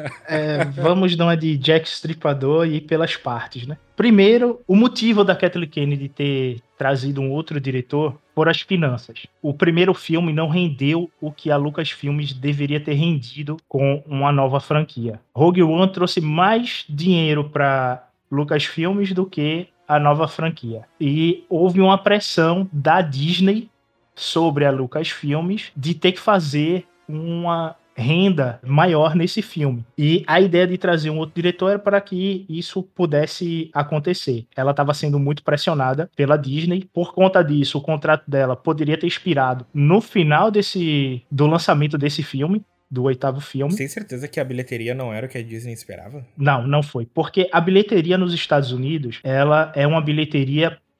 É, vamos dar uma de Jack Stripador e ir pelas partes, né? Primeiro, o motivo da Kathleen Kennedy ter trazido um outro diretor foram as finanças. O primeiro filme não rendeu o que a Lucasfilmes deveria ter rendido com uma nova franquia. Rogue One trouxe mais dinheiro para Lucasfilmes do que a nova franquia. E houve uma pressão da Disney sobre a Lucasfilmes de ter que fazer uma renda maior nesse filme. E a ideia de trazer um outro diretor era para que isso pudesse acontecer. Ela estava sendo muito pressionada pela Disney. Por conta disso, o contrato dela poderia ter expirado no final desse, do lançamento desse filme, do oitavo filme. Tem certeza que a bilheteria não era o que a Disney esperava? Não, não foi. Porque a bilheteria nos Estados Unidos, ela é uma bilheteria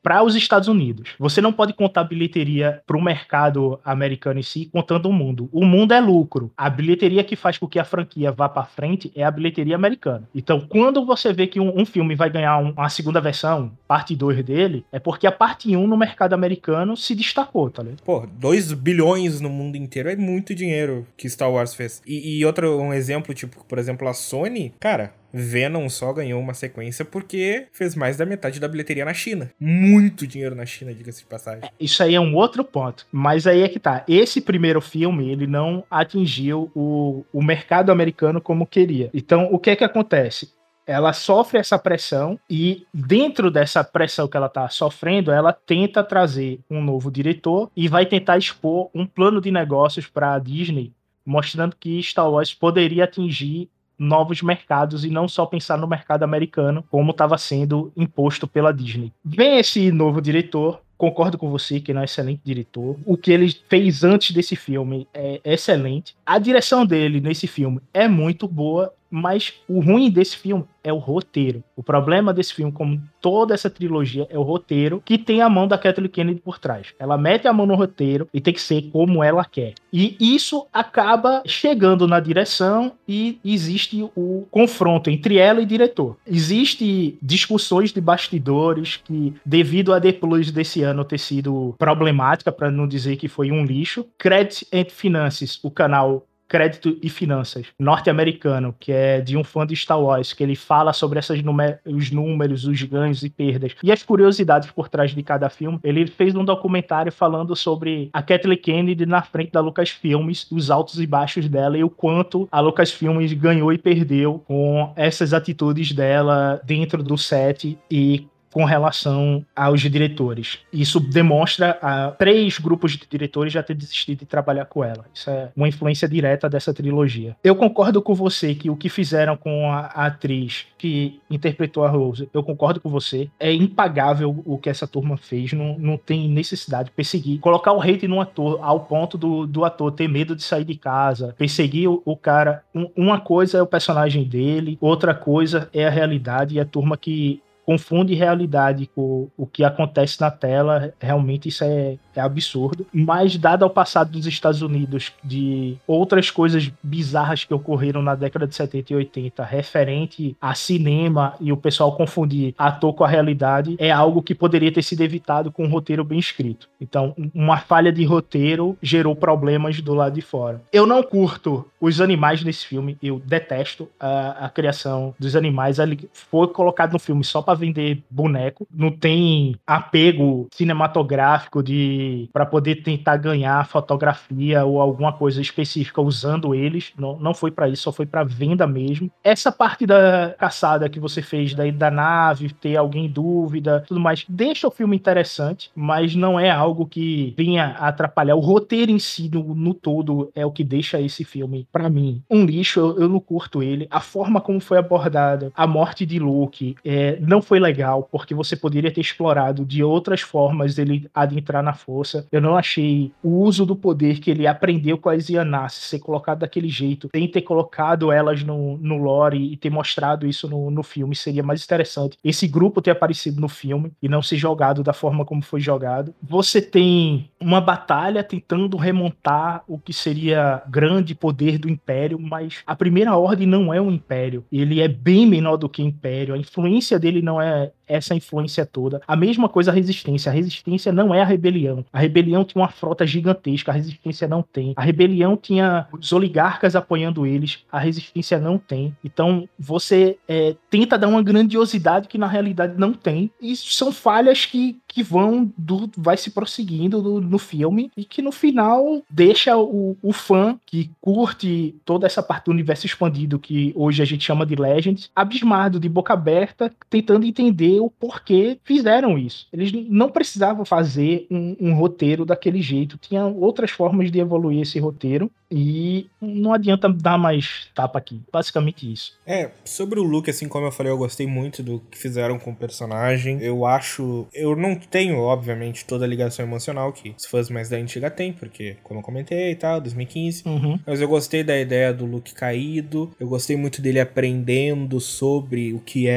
para os Estados Unidos. Você não pode contar bilheteria para o mercado americano em si, contando o mundo. O mundo é lucro. A bilheteria que faz com que a franquia vá para frente é a bilheteria americana. Então, quando você vê que um, um filme vai ganhar um, uma segunda versão, parte dois dele, é porque a parte um no mercado americano se destacou, tá ligado? Pô, dois bilhões no mundo inteiro é muito dinheiro que Star Wars fez. E, e outro um exemplo, tipo, por exemplo, a Sony, cara, Venom só ganhou uma sequência porque fez mais da metade da bilheteria na China. Muito dinheiro na China, diga-se de passagem. É, isso aí é um outro ponto. Mas aí é que tá. Esse primeiro filme, ele não atingiu o, o mercado americano como queria. Então, o que é que acontece? Ela sofre essa pressão e dentro dessa pressão que ela tá sofrendo, ela tenta trazer um novo diretor e vai tentar expor um plano de negócios para a Disney, mostrando que Star Wars poderia atingir novos mercados e não só pensar no mercado americano como estava sendo imposto pela Disney. Vem esse novo diretor, concordo com você que ele é um excelente diretor. O que ele fez antes desse filme é excelente. A direção dele nesse filme é muito boa, mas o ruim desse filme é o roteiro. O problema desse filme, como toda essa trilogia, é o roteiro que tem a mão da Kathleen Kennedy por trás. Ela mete a mão no roteiro e tem que ser como ela quer. E isso acaba chegando na direção e existe o confronto entre ela e o diretor. Existem discussões de bastidores que, devido a The Plus desse ano ter sido problemática, para não dizer que foi um lixo, Credit and Finances, o canal Crédito e Finanças, norte-americano, que é de um fã de Star Wars, que ele fala sobre essas númer- os números, os ganhos e perdas e as curiosidades por trás de cada filme. Ele fez um documentário falando sobre a Kathleen Kennedy na frente da Lucasfilmes, os altos e baixos dela e o quanto a Lucasfilmes ganhou e perdeu com essas atitudes dela dentro do set e com relação aos diretores. Isso demonstra a três grupos de diretores já ter desistido de trabalhar com ela. Isso é uma influência direta dessa trilogia. Eu concordo com você que o que fizeram com a, a atriz que interpretou a Rose, eu concordo com você, é impagável o que essa turma fez, não, não tem necessidade de perseguir, colocar o hate no ator ao ponto do, do ator ter medo de sair de casa, perseguir o, o cara. Um, uma coisa é o personagem dele, outra coisa é a realidade e a turma que confunde realidade com o que acontece na tela, realmente isso é, é absurdo. Mas, dado ao passado dos Estados Unidos, de outras coisas bizarras que ocorreram na década de setenta e oitenta, referente a cinema, e o pessoal confundir ator com a realidade, é algo que poderia ter sido evitado com um roteiro bem escrito. Então, uma falha de roteiro gerou problemas do lado de fora. Eu não curto os animais nesse filme, eu detesto a, a criação dos animais. Ele foi colocado no filme só para vender boneco, não tem apego cinematográfico de para poder tentar ganhar fotografia ou alguma coisa específica usando eles, não, não foi para isso, só foi para venda mesmo. Essa parte da caçada que você fez daí da nave, ter alguém em dúvida, tudo mais, deixa o filme interessante, mas não é algo que venha atrapalhar. O roteiro em si, no, no todo, é o que deixa esse filme, para mim, um lixo. Eu, eu não curto ele. A forma como foi abordada a morte de Luke é, não foi legal, porque você poderia ter explorado de outras formas dele adentrar na força. Eu não achei o uso do poder que ele aprendeu com as Yanassi ser colocado daquele jeito, sem ter colocado elas no, no lore e ter mostrado isso no, no filme. Seria mais interessante esse grupo ter aparecido no filme e não ser jogado da forma como foi jogado. Você tem uma batalha tentando remontar o que seria grande poder do Império, mas a Primeira Ordem não é um Império. Ele é bem menor do que o Império. A influência dele não é essa influência toda. A mesma coisa a Resistência. A Resistência não é a Rebelião. A Rebelião tinha uma frota gigantesca, a Resistência não tem. A Rebelião tinha os oligarcas apoiando eles, a Resistência não tem. Então você é, tenta dar uma grandiosidade que na realidade não tem. E são falhas que, que vão do, vai se prosseguindo do, no filme e que no final deixa o, o fã que curte toda essa parte do universo expandido que hoje a gente chama de Legends, abismado, de boca aberta, tentando entender o porquê fizeram isso. Eles não precisavam fazer um, um roteiro daquele jeito. Tinha outras formas de evoluir esse roteiro e não adianta dar mais tapa aqui. Basicamente isso. É, sobre o Luke, assim como eu falei, eu gostei muito do que fizeram com o personagem. Eu acho... Eu não tenho, obviamente, toda a ligação emocional que os fãs mais da antiga têm, porque, como eu comentei e tal, dois mil e quinze. Uhum. Mas eu gostei da ideia do Luke caído. Eu gostei muito dele aprendendo sobre o que é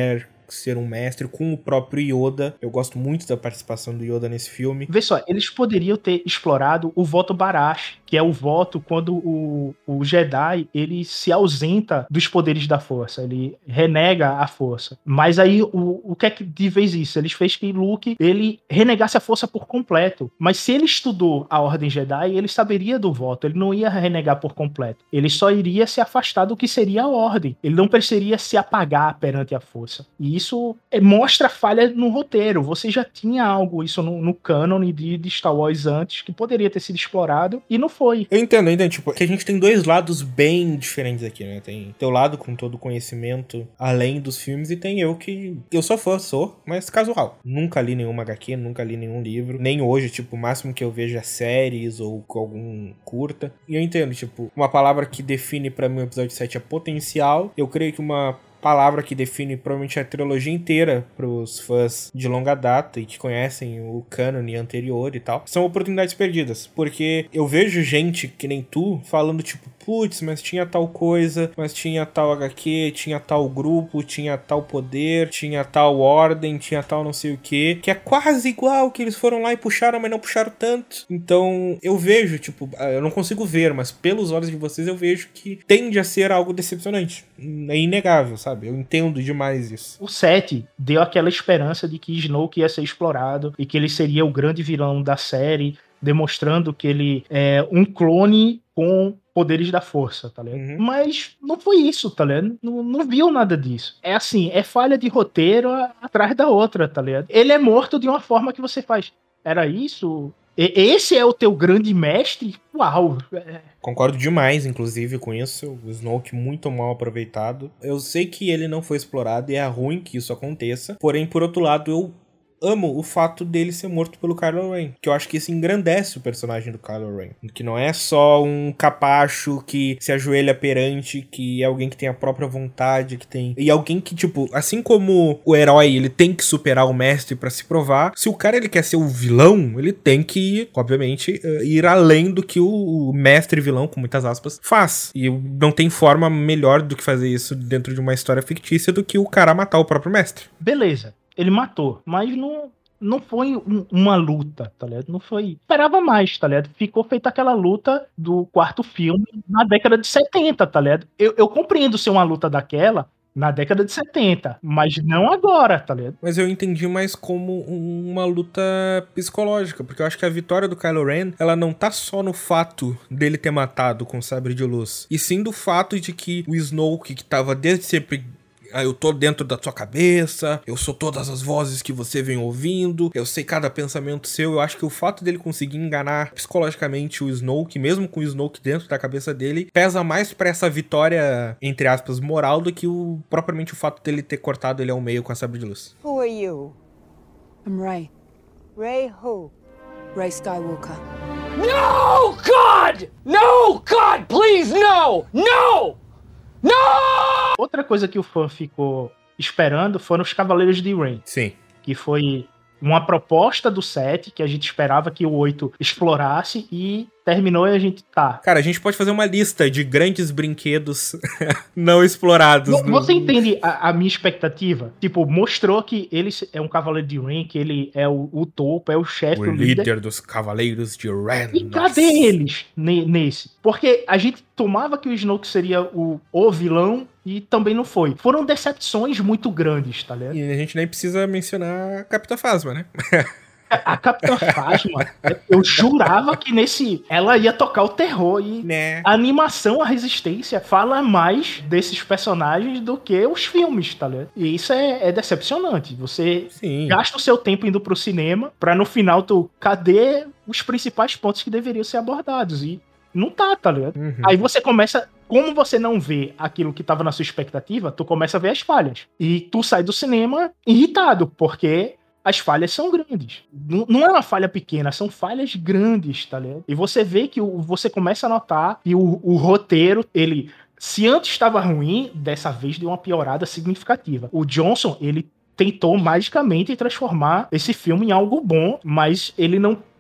ser um mestre, com o próprio Yoda. Eu gosto muito da participação do Yoda nesse filme. Vê só, eles poderiam ter explorado o voto Barash, que é o voto quando o, o Jedi, ele se ausenta dos poderes da força, ele renega a força. Mas aí, o, o que é que de vez isso? Eles fez que Luke, ele renegasse a força por completo. Mas se ele estudou a Ordem Jedi, ele saberia do voto, ele não ia renegar por completo. Ele só iria se afastar do que seria a Ordem. Ele não precisaria se apagar perante a força. E isso é, mostra falha no roteiro. Você já tinha algo, isso no, no cânone de, de Star Wars antes, que poderia ter sido explorado, e não foi. Eu entendo, eu entendo, tipo, que a gente tem dois lados bem diferentes aqui, né? Tem teu lado com todo o conhecimento além dos filmes, e tem eu que... Eu sou fã, sou, mas casual. Nunca li nenhuma agá quê, nunca li nenhum livro. Nem hoje, tipo, o máximo que eu vejo é séries ou algum curta. E eu entendo, tipo, uma palavra que define pra mim o episódio sete é potencial. Eu creio que uma palavra que define provavelmente a trilogia inteira pros fãs de longa data e que conhecem o cânone anterior e tal, são oportunidades perdidas. Porque eu vejo gente que nem tu falando tipo, putz, mas tinha tal coisa, mas tinha tal agá quê, tinha tal grupo, tinha tal poder, tinha tal ordem, tinha tal não sei o que, que é quase igual, que eles foram lá e puxaram, mas não puxaram tanto. Então eu vejo, tipo, eu não consigo ver, mas pelos olhos de vocês eu vejo que tende a ser algo decepcionante. É inegável, sabe? Eu entendo demais isso. O sete deu aquela esperança de que Snoke ia ser explorado e que ele seria o grande vilão da série, demonstrando que ele é um clone com poderes da força, tá ligado? Uhum. Mas não foi isso, tá ligado? Não, não viu nada disso. É assim, é falha de roteiro atrás da outra, tá ligado? Ele é morto de uma forma que você faz, era isso? E, esse é o teu grande mestre? Uau! É... Concordo demais, inclusive, com isso. O Snoke muito mal aproveitado. Eu sei que ele não foi explorado e é ruim que isso aconteça. Porém, por outro lado, eu amo o fato dele ser morto pelo Kylo Ren, que eu acho que isso engrandece o personagem do Kylo Ren, que não é só um capacho que se ajoelha perante, que é alguém que tem a própria vontade, que tem... E alguém que, tipo, assim como o herói, ele tem que superar o mestre pra se provar, se o cara, ele quer ser o vilão, ele tem que, obviamente, ir além do que o mestre vilão, com muitas aspas, faz. E não tem forma melhor do que fazer isso dentro de uma história fictícia do que o cara matar o próprio mestre. Beleza. Ele matou, mas não, não foi um, uma luta, tá ligado? Não foi... Esperava mais, tá ligado? Ficou feita aquela luta do quarto filme na década de setenta, tá ligado? Eu, eu compreendo ser uma luta daquela na década de setenta, mas não agora, tá ligado? Mas eu entendi mais como uma luta psicológica, porque eu acho que a vitória do Kylo Ren, ela não tá só no fato dele ter matado com o sabre de luz, e sim do fato de que o Snoke, que tava desde sempre... Eu tô dentro da sua cabeça, eu sou todas as vozes que você vem ouvindo, eu sei cada pensamento seu. Eu acho que o fato dele conseguir enganar psicologicamente o Snoke, mesmo com o Snoke dentro da cabeça dele, pesa mais pra essa vitória, entre aspas, moral, do que o, propriamente o fato dele ter cortado ele ao meio com a sabre de luz. Who are you? I'm Rey. Rey who? Rey Skywalker. No, God! No, God, please, no! No! No! Outra coisa que o fã ficou esperando foram os Cavaleiros de Ren. Sim. Que foi uma proposta do sete que a gente esperava que o oito explorasse e terminou e a gente tá. Cara, a gente pode fazer uma lista de grandes brinquedos não explorados. Não, no... Você entende a, a minha expectativa? Tipo, mostrou que ele é um Cavaleiro de Ren, que ele é o, o topo, é o chefe, o, o líder. líder dos Cavaleiros de Ren. E cadê eles ne, nesse? Porque a gente tomava que o Snoke seria o, o vilão e também não foi. Foram decepções muito grandes, tá ligado? E a gente nem precisa mencionar a Capitã Phasma, né? A Capitã Phasma, eu jurava que nesse... Ela ia tocar o terror e né? A animação, a Resistência, fala mais desses personagens do que os filmes, tá ligado? E isso é, é decepcionante. Você Sim. gasta o seu tempo indo pro cinema pra no final tu... Cadê os principais pontos que deveriam ser abordados? E não tá, tá ligado? Uhum. Aí você começa... Como você não vê aquilo que tava na sua expectativa, tu começa a ver as falhas. E tu sai do cinema irritado, porque... As falhas são grandes. Não, não é uma falha pequena, são falhas grandes, tá ligado? E você vê que o, você começa a notar que o, o roteiro, ele... Se antes estava ruim, dessa vez deu uma piorada significativa. O Johnson, ele tentou magicamente transformar esse filme em algo bom, mas ele não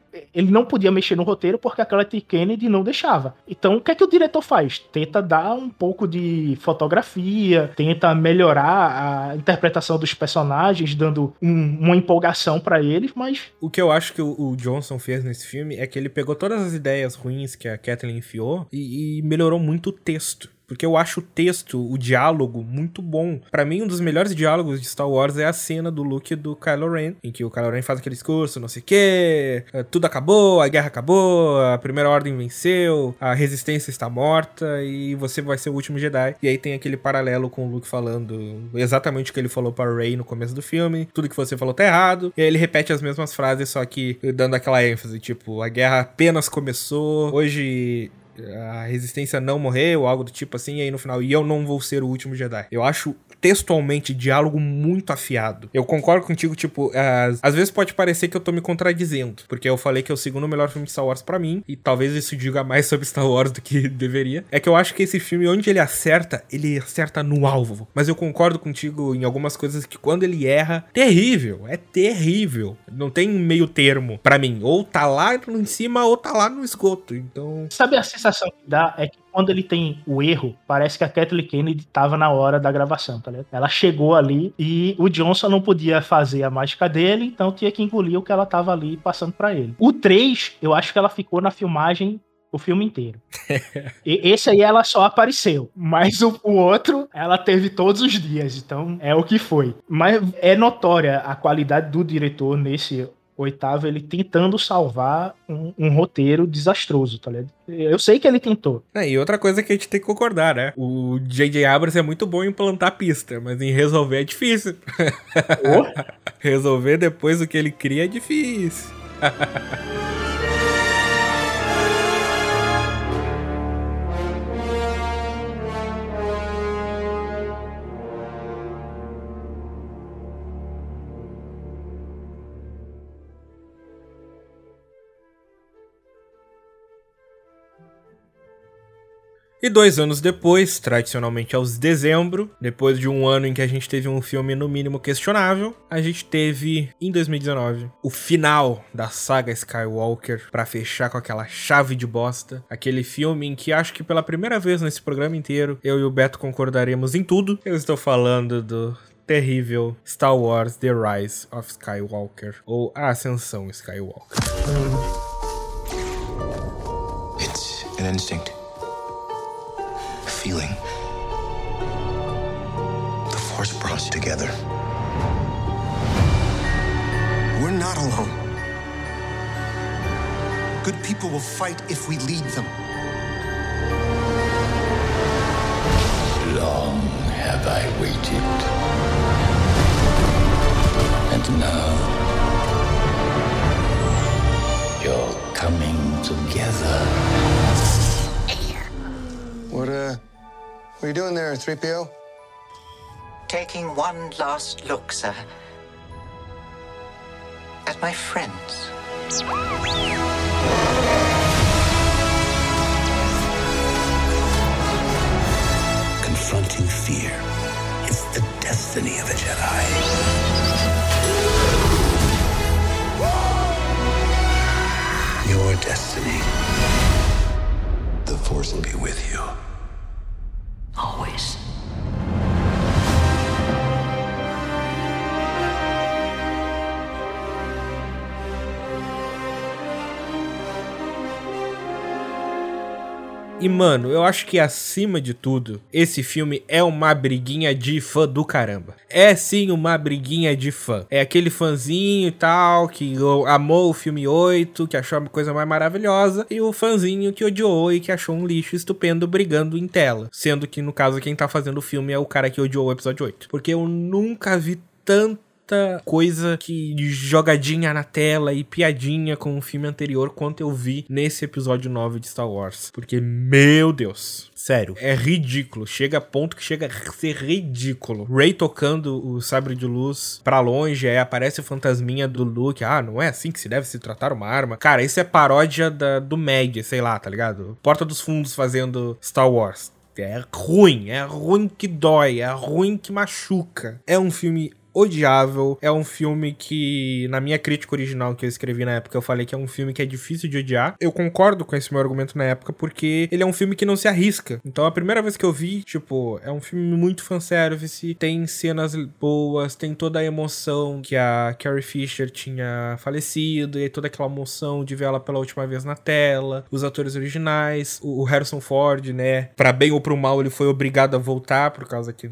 ele não podia mexer no roteiro porque a Kathleen Kennedy não deixava. Então, o que é que o diretor faz? Tenta dar um pouco de fotografia, tenta melhorar a interpretação dos personagens, dando um, uma empolgação pra eles, mas... O que eu acho que o, o Johnson fez nesse filme é que ele pegou todas as ideias ruins que a Kathleen enfiou e, e melhorou muito o texto. Porque eu acho o texto, o diálogo, muito bom. Pra mim, um dos melhores diálogos de Star Wars é a cena do Luke e do Kylo Ren, em que o Kylo Ren faz aquele discurso, não sei o quê, tudo acabou, a guerra acabou, a Primeira Ordem venceu, a Resistência está morta e você vai ser o último Jedi. E aí tem aquele paralelo com o Luke falando exatamente o que ele falou pra Rey no começo do filme, tudo que você falou tá errado, e aí ele repete as mesmas frases, só que dando aquela ênfase, tipo, a guerra apenas começou, hoje... a Resistência não morreu, algo do tipo assim, e aí no final, e eu não vou ser o último Jedi. Eu acho textualmente diálogo muito afiado. Eu concordo contigo, tipo, às, às vezes pode parecer que eu tô me contradizendo, porque eu falei que é o segundo melhor filme de Star Wars pra mim, e talvez isso diga mais sobre Star Wars do que deveria. É que eu acho que esse filme, onde ele acerta, ele acerta no alvo. Mas eu concordo contigo em algumas coisas que quando ele erra, terrível, é terrível. Não tem meio termo pra mim. Ou tá lá em cima, ou tá lá no esgoto. Então... Sabe a sensação que dá é que quando ele tem o erro, parece que a Kathleen Kennedy tava na hora da gravação, tá ligado? Ela chegou ali e o Johnson não podia fazer a mágica dele, então tinha que engolir o que ela tava ali passando pra ele. O três, eu acho que ela ficou na filmagem o filme inteiro. E esse aí ela só apareceu, mas o, o outro ela teve todos os dias, então é o que foi. Mas é notória a qualidade do diretor nesse oitavo, ele tentando salvar um, um roteiro desastroso, tá ligado? Eu sei que ele tentou. É, e outra coisa que a gente tem que concordar, né? O J J Abrams é muito bom em plantar pista, mas em resolver é difícil. Oh. Resolver depois do que ele cria é difícil. E dois anos depois, tradicionalmente aos dezembro, depois de um ano em que a gente teve um filme no mínimo questionável, a gente teve, em dois mil e dezenove, o final da saga Skywalker, pra fechar com aquela chave de bosta, aquele filme em que acho que pela primeira vez nesse programa inteiro, eu e o Beto concordaremos em tudo. Eu estou falando do terrível Star Wars The Rise of Skywalker, ou A Ascensão Skywalker. It's an instinct. Feeling. The Force brought us together. We're not alone. Good people will fight if we lead them. Long have I waited. And now you're coming together. What, uh, what are you doing there, three P O? Taking one last look, sir. At my friends. Confronting fear is the destiny of a Jedi. Your destiny. The Force will be with you. Always. E, mano, eu acho que acima de tudo, esse filme é uma briguinha de fã do caramba. É sim uma briguinha de fã. É aquele fãzinho e tal, que amou o filme oito, que achou a coisa mais maravilhosa, e o fãzinho que odiou e que achou um lixo estupendo brigando em tela. Sendo que, no caso, quem tá fazendo o filme é o cara que odiou o episódio oito. Porque eu nunca vi tanto coisa que de jogadinha na tela e piadinha com o filme anterior quanto eu vi nesse episódio nove de Star Wars. Porque, meu Deus, sério, é ridículo. Chega a ponto que chega a ser ridículo. Rey tocando o sabre de luz pra longe, aí aparece o fantasminha do Luke. Ah, não é assim que se deve se tratar uma arma. Cara, isso é paródia da, do Mag, sei lá, tá ligado? Porta dos Fundos fazendo Star Wars. É ruim, é ruim que dói, é ruim que machuca. É um filme odiável, é um filme que, na minha crítica original que eu escrevi na época, eu falei que é um filme que é difícil de odiar. Eu concordo com esse meu argumento na época, porque ele é um filme que não se arrisca. Então, a primeira vez que eu vi, tipo, é um filme muito fanservice, tem cenas boas, tem toda a emoção que a Carrie Fisher tinha falecido, e toda aquela emoção de ver ela pela última vez na tela, os atores originais, o Harrison Ford, né, pra bem ou pro mal, ele foi obrigado a voltar, por causa que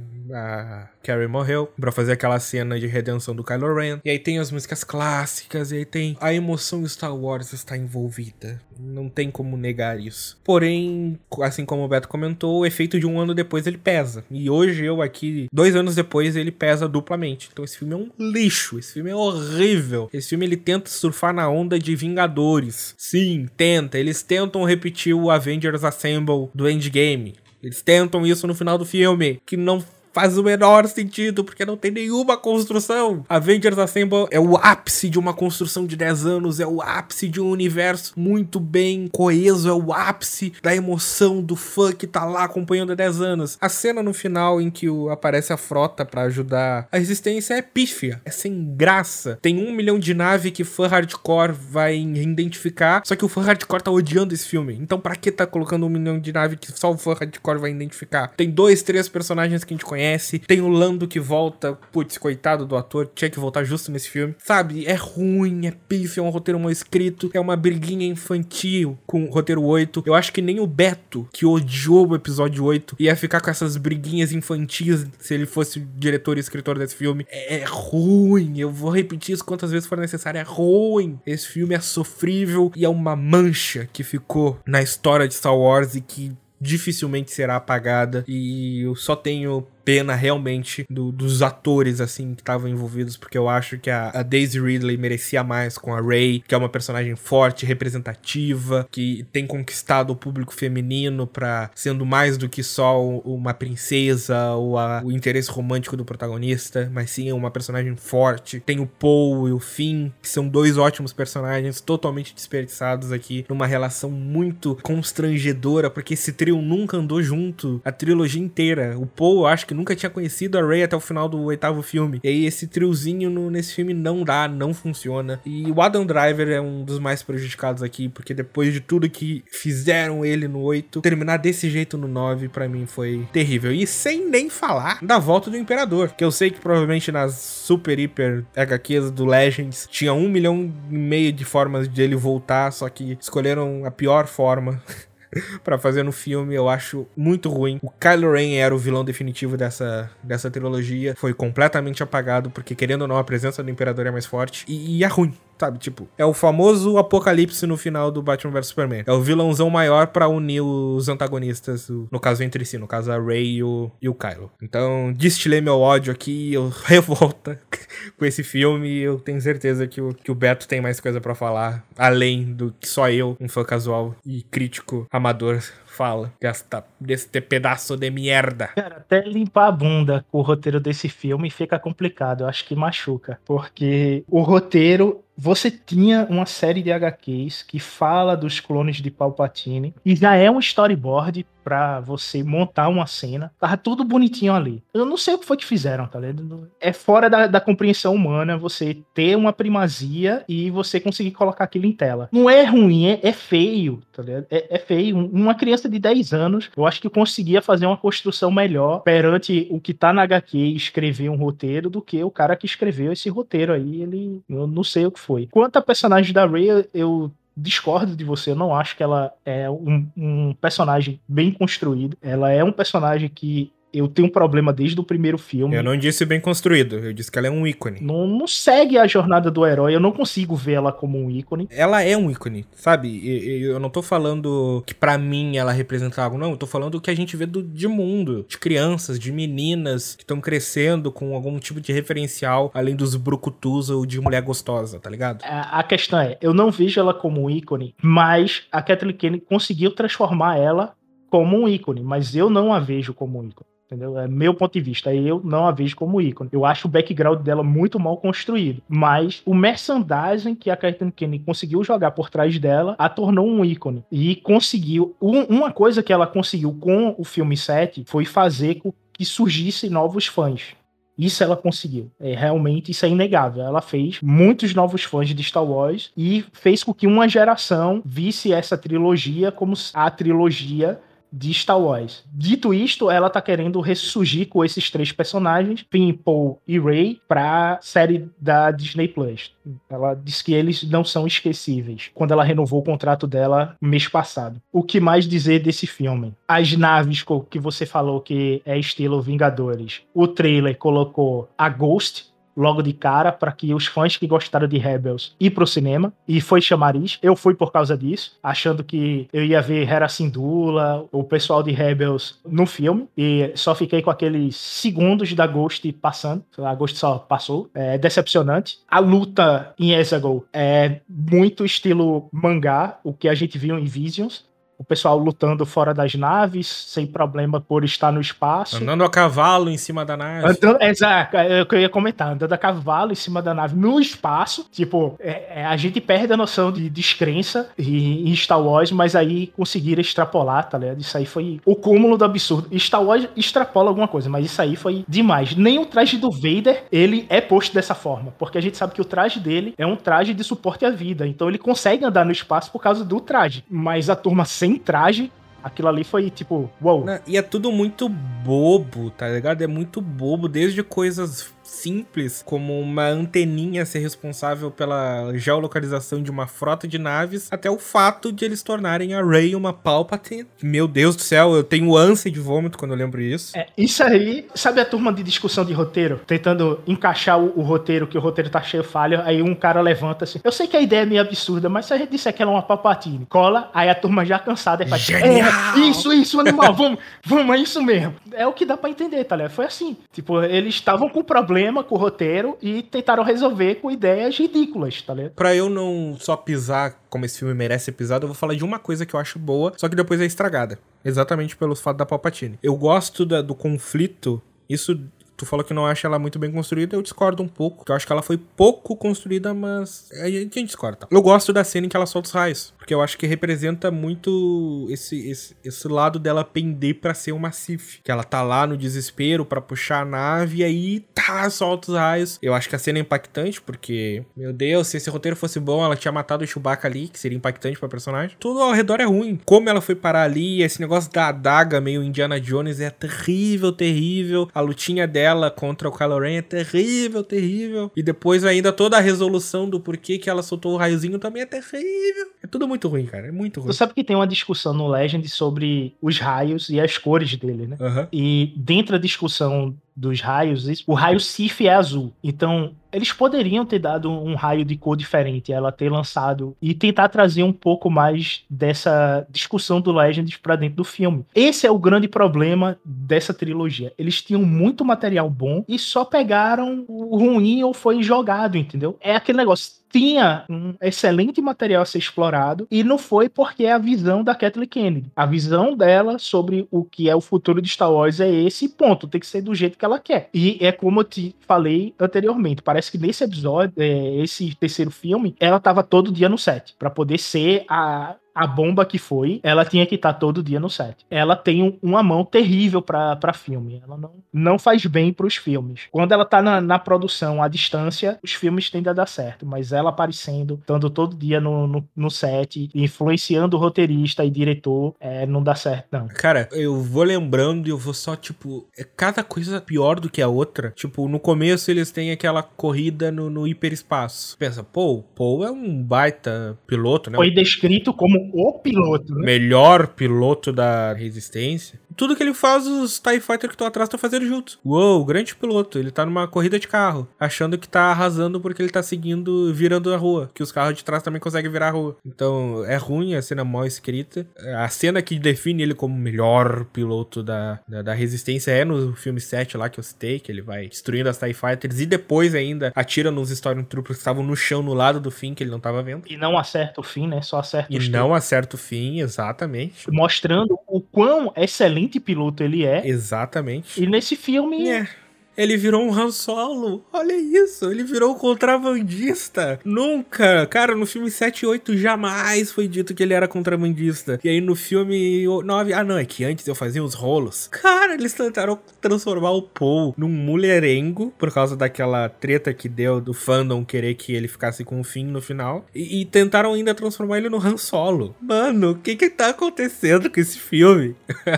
a Carrie morreu, pra fazer aquela cena de redenção do Kylo Ren. E aí tem as músicas clássicas, e aí tem a emoção de Star Wars está envolvida. Não tem como negar isso. Porém, assim como o Beto comentou, o efeito de um ano depois ele pesa. E hoje eu aqui, dois anos depois, ele pesa duplamente. Então esse filme é um lixo, esse filme é horrível. Esse filme ele tenta surfar na onda de Vingadores. Sim, tenta. Eles tentam repetir o Avengers Assemble do Endgame. Eles tentam isso no final do filme, que não faz o menor sentido, porque não tem nenhuma construção. Avengers Assemble é o ápice de uma construção de dez anos, é o ápice de um universo muito bem coeso, é o ápice da emoção do fã que tá lá acompanhando há dez anos. A cena no final em que o, aparece a frota pra ajudar a resistência é pífia, é sem graça. Tem um milhão de nave que fã hardcore vai identificar, só que o fã hardcore tá odiando esse filme. Então pra que tá colocando um milhão de nave que só o fã hardcore vai identificar? Tem dois, três personagens que a gente conhece, tem o Lando que volta, putz, coitado do ator, tinha que voltar justo nesse filme, sabe, é ruim, é pífio, é um roteiro mal escrito, é uma briguinha infantil com o roteiro oito, eu acho que nem o Beto, que odiou o episódio oito, ia ficar com essas briguinhas infantis se ele fosse o diretor e escritor desse filme. É, é ruim, eu vou repetir isso quantas vezes for necessário, é ruim, esse filme é sofrível e é uma mancha que ficou na história de Star Wars e que dificilmente será apagada, e eu só tenho pena realmente do, dos atores assim que estavam envolvidos, porque eu acho que a, a Daisy Ridley merecia mais com a Rey, que é uma personagem forte, representativa, que tem conquistado o público feminino pra sendo mais do que só uma princesa ou a, o interesse romântico do protagonista, mas sim uma personagem forte. Tem o Poe e o Finn, que são dois ótimos personagens totalmente desperdiçados aqui numa relação muito constrangedora, porque esse trio nunca andou junto a trilogia inteira. O Poe, eu acho que nunca tinha conhecido a Rey até o final do oitavo filme. E aí esse triozinho no, nesse filme não dá, não funciona. E o Adam Driver é um dos mais prejudicados aqui, porque depois de tudo que fizeram ele no oito, terminar desse jeito no nove, pra mim foi terrível. E sem nem falar da volta do Imperador, que eu sei que provavelmente nas super, hiper H Qs do Legends tinha um milhão e meio de formas de ele voltar, só que escolheram a pior forma pra fazer no filme. Eu acho muito ruim. O Kylo Ren era o vilão definitivo dessa, dessa trilogia. Foi completamente apagado, porque querendo ou não, a presença do Imperador é mais forte. E, e é ruim, sabe? Tipo, é o famoso apocalipse no final do Batman versus Superman. É o vilãozão maior pra unir os antagonistas, no caso entre si, no caso a Rey e o, e o Kylo. Então, destilei meu ódio aqui, eu revolta com esse filme. Eu tenho certeza que o, que o Beto tem mais coisa pra falar, além do que só eu, um fã casual e crítico amador, fala desta, desse pedaço de merda. Cara, até limpar a bunda com o roteiro desse filme fica complicado. Eu acho que machuca. Porque o roteiro, você tinha uma série de H Qs que fala dos clones de Palpatine e já é um storyboard pra você montar uma cena. Tava tudo bonitinho ali. Eu não sei o que foi que fizeram, tá ligado? É fora da, da compreensão humana você ter uma primazia e você conseguir colocar aquilo em tela. Não é ruim, é, é feio, tá ligado? É, é feio. Uma criança de dez anos, eu acho que conseguia fazer uma construção melhor perante o que tá na H Q e escrever um roteiro do que o cara que escreveu esse roteiro aí. Ele, eu não sei o que foi. Quanto a personagem da Rey, eu discordo de você, eu não acho que ela é um, um personagem bem construído. Ela é um personagem que eu tenho um problema desde o primeiro filme. Eu não disse bem construído, eu disse que ela é um ícone. Não, não segue a jornada do herói, eu não consigo ver ela como um ícone. Ela é um ícone, sabe? Eu não tô falando que pra mim ela representa algo, não. Eu tô falando que a gente vê do, de mundo, de crianças, de meninas que estão crescendo com algum tipo de referencial, além dos brucutus ou de mulher gostosa, tá ligado? A, a questão é, eu não vejo ela como um ícone, mas a Kathleen Kennedy conseguiu transformar ela como um ícone, mas eu não a vejo como um ícone. Entendeu? É meu ponto de vista. Eu não a vejo como ícone. Eu acho o background dela muito mal construído. Mas o merchandising que a Kathleen Kennedy conseguiu jogar por trás dela a tornou um ícone. E conseguiu... Um, uma coisa que ela conseguiu com o filme sete foi fazer com que surgissem novos fãs. Isso ela conseguiu. É, realmente, isso é inegável. Ela fez muitos novos fãs de Star Wars e fez com que uma geração visse essa trilogia como a trilogia de Star Wars. Dito isto, ela tá querendo ressurgir com esses três personagens, Finn, Poe e Rey, pra série da Disney Plus. Ela disse que eles não são esquecíveis, quando ela renovou o contrato dela mês passado. O que mais dizer desse filme? As naves que você falou que é estilo Vingadores. O trailer colocou a Ghost logo de cara, para que os fãs que gostaram de Rebels ir pro cinema, e foi chamariz. Eu fui por causa disso, achando que eu ia ver Hera Syndulla, o pessoal de Rebels no filme, e só fiquei com aqueles segundos da Ghost passando. A Ghost só passou. É decepcionante. A luta em Exegol é muito estilo mangá, o que a gente viu em Visions. O pessoal lutando fora das naves, sem problema por estar no espaço. Andando a cavalo em cima da nave. Andando, exato, é o que eu ia comentar. Andando a cavalo em cima da nave no espaço. Tipo, é, é, a gente perde a noção de descrença em, em Star Wars, mas aí conseguiram extrapolar, tá ligado? Isso aí foi o cúmulo do absurdo. Star Wars extrapola alguma coisa, mas isso aí foi demais. Nem o traje do Vader, ele é posto dessa forma. Porque a gente sabe que o traje dele é um traje de suporte à vida. Então ele consegue andar no espaço por causa do traje. Mas a turma sem traje, aquilo ali foi tipo, uou. Wow. E é tudo muito bobo, tá ligado? É muito bobo, desde coisas simples, como uma anteninha ser responsável pela geolocalização de uma frota de naves, até o fato de eles tornarem a Rey uma Palpatine. Meu Deus do céu, eu tenho ânsia de vômito quando eu lembro isso. É, isso aí, sabe a turma de discussão de roteiro? Tentando encaixar o, o roteiro, que o roteiro tá cheio de falha, aí um cara levanta assim, eu sei que a ideia é meio absurda, mas se a gente disser que ela é uma Palpatine, cola, aí a turma já cansada e faz, genial! É, isso, isso, animal, vamos, vamos, é isso mesmo. É o que dá pra entender, tá ligado? Foi assim, tipo, eles estavam com problema com o roteiro e tentaram resolver com ideias ridículas, tá ligado? Pra eu não só pisar como esse filme merece ser pisado, eu vou falar de uma coisa que eu acho boa, só que depois é estragada. Exatamente pelo fato da Palpatine. Eu gosto da, do conflito, isso... Tu falou que não acha ela muito bem construída, eu discordo um pouco. Eu acho que ela foi pouco construída, mas a gente discorda. Tá? Eu gosto da cena em que ela solta os raios, porque eu acho que representa muito esse, esse, esse lado dela pender pra ser uma Sith. Que ela tá lá no desespero pra puxar a nave e aí, tá, solta os raios. Eu acho que a cena é impactante, porque, meu Deus, se esse roteiro fosse bom, ela tinha matado o Chewbacca ali, que seria impactante pra personagem. Tudo ao redor é ruim. Como ela foi parar ali, esse negócio da adaga meio Indiana Jones é terrível, terrível. A lutinha dela ela contra o Kylo Ren é terrível, terrível. E depois ainda toda a resolução do porquê que ela soltou o raiozinho também é terrível. É tudo muito ruim, cara. É muito ruim. Tu sabe que tem uma discussão no Legend sobre os raios e as cores dele, né? Uhum. E dentro da discussão dos raios, o raio Sith é azul. Então, eles poderiam ter dado um raio de cor diferente, ela ter lançado e tentar trazer um pouco mais dessa discussão do Legends pra dentro do filme. Esse é o grande problema dessa trilogia. Eles tinham muito material bom e só pegaram o ruim ou foi jogado, entendeu? É aquele negócio. Tinha um excelente material a ser explorado e não foi porque é a visão da Kathleen Kennedy. A visão dela sobre o que é o futuro de Star Wars é esse ponto, tem que ser do jeito que ela quer. E é como eu te falei anteriormente, parece que nesse episódio, é, esse terceiro filme, ela tava todo dia no set, pra poder ser a... a bomba que foi, ela tinha que estar todo dia no set. Ela tem um, uma mão terrível pra, pra filme. Ela não, não faz bem pros filmes. Quando ela tá na, na produção à distância, os filmes tendem a dar certo. Mas ela aparecendo, estando todo dia no, no, no set, influenciando o roteirista e diretor, é, não dá certo, não. Cara, eu vou lembrando e eu vou só, tipo... É cada coisa pior do que a outra. Tipo, no começo eles têm aquela corrida no, no hiperespaço. Pensa, pô, o Paul é um baita piloto, né? Foi descrito como o piloto, né? Melhor piloto da Resistência. Tudo que ele faz, os TIE Fighter que estão atrás estão fazendo junto. Uou, grande piloto. Ele tá numa corrida de carro, achando que tá arrasando porque ele tá seguindo, virando a rua. Que os carros de trás também conseguem virar a rua. Então, é ruim a cena mal escrita. A cena que define ele como o melhor piloto da, da, da Resistência é no filme sete lá que eu citei, que ele vai destruindo as TIE Fighters e depois ainda atira nos Stormtroopers que estavam no chão no lado do Finn, que ele não tava vendo. E não acerta o Finn, né? Só acerta E os não acerta o Finn, exatamente. Mostrando o quão excelente piloto ele é. Exatamente. E nesse filme... É. Ele virou um Han Solo. Olha isso, ele virou um contrabandista. Nunca, cara, no filme sete e oito jamais foi dito que ele era contrabandista. E aí no filme nove, ah não, é que antes eu fazia os rolos. Cara, eles tentaram transformar o Paul num mulherengo por causa daquela treta que deu do fandom querer que ele ficasse com o Finn no final. E, e tentaram ainda transformar ele no Han Solo. Mano, o que que tá acontecendo com esse filme?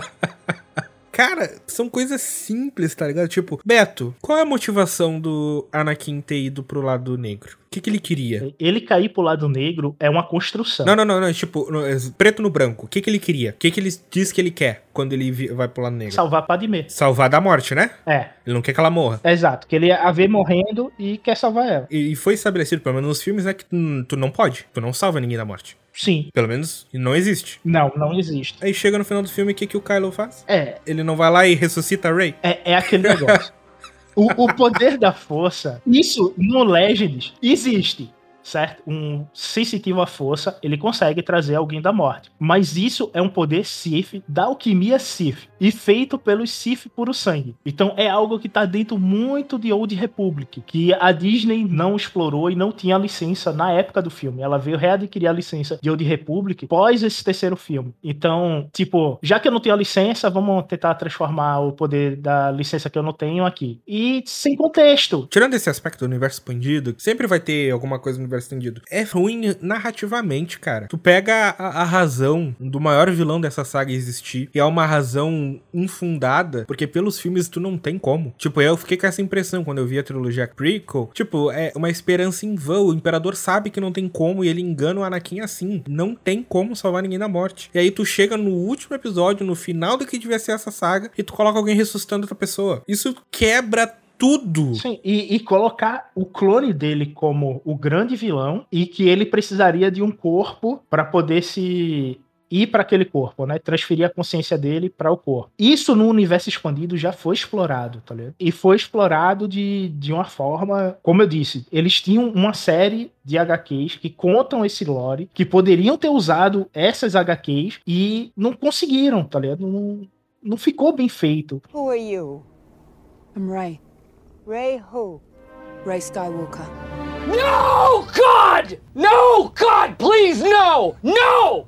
Cara, são coisas simples, tá ligado? Tipo, Beto, qual é a motivação do Anakin ter ido pro lado negro? O que que ele queria? Ele cair pro lado negro é uma construção. Não, não, não, não. Tipo, no, preto no branco. O que que ele queria? O que que ele diz que ele quer quando ele vi, vai pro lado negro? Salvar Padmé. Salvar da morte, né? É. Ele não quer que ela morra. Exato. Que ele ia a ver morrendo e quer salvar ela. E foi estabelecido, pelo menos nos filmes, né, que tu, tu não pode. Tu não salva ninguém da morte. Sim. Pelo menos não existe. Não, não existe. Aí chega no final do filme, o que que o Kylo faz? É. Ele não vai lá e ressuscita a Rey? É, é aquele negócio. o, o poder da força, isso no Legends existe. Certo? Um sensitivo à força, ele consegue trazer alguém da morte. Mas isso é um poder Sith, da alquimia Sith, e feito pelos Sith puro sangue. Então é algo que tá dentro muito de Old Republic, que a Disney não explorou e não tinha licença na época do filme. Ela veio readquirir a licença de Old Republic pós esse terceiro filme. Então, tipo, já que eu não tenho a licença, vamos tentar transformar o poder da licença que eu não tenho aqui. E sem contexto. Tirando esse aspecto do universo expandido, sempre vai ter alguma coisa no universo estendido. É ruim narrativamente, cara. Tu pega a, a razão do maior vilão dessa saga existir, e é uma razão infundada, porque pelos filmes tu não tem como. Tipo, eu fiquei com essa impressão quando eu vi a trilogia prequel. Tipo, é uma esperança em vão. O Imperador sabe que não tem como e ele engana o Anakin assim. Não tem como salvar ninguém da morte. E aí tu chega no último episódio, no final do que devia ser essa saga, e tu coloca alguém ressuscitando outra pessoa. Isso quebra tudo. Sim, e, e colocar o clone dele como o grande vilão e que ele precisaria de um corpo para poder se ir para aquele corpo, né? Transferir a consciência dele para o corpo. Isso no universo expandido já foi explorado, tá ligado? E foi explorado de, de uma forma, como eu disse, eles tinham uma série de H Qs que contam esse lore, que poderiam ter usado essas H Qs e não conseguiram, tá ligado? Não, não ficou bem feito. Who are you? I'm Rey. Rey who? Rey Skywalker. No, God! No, God, please, no! No!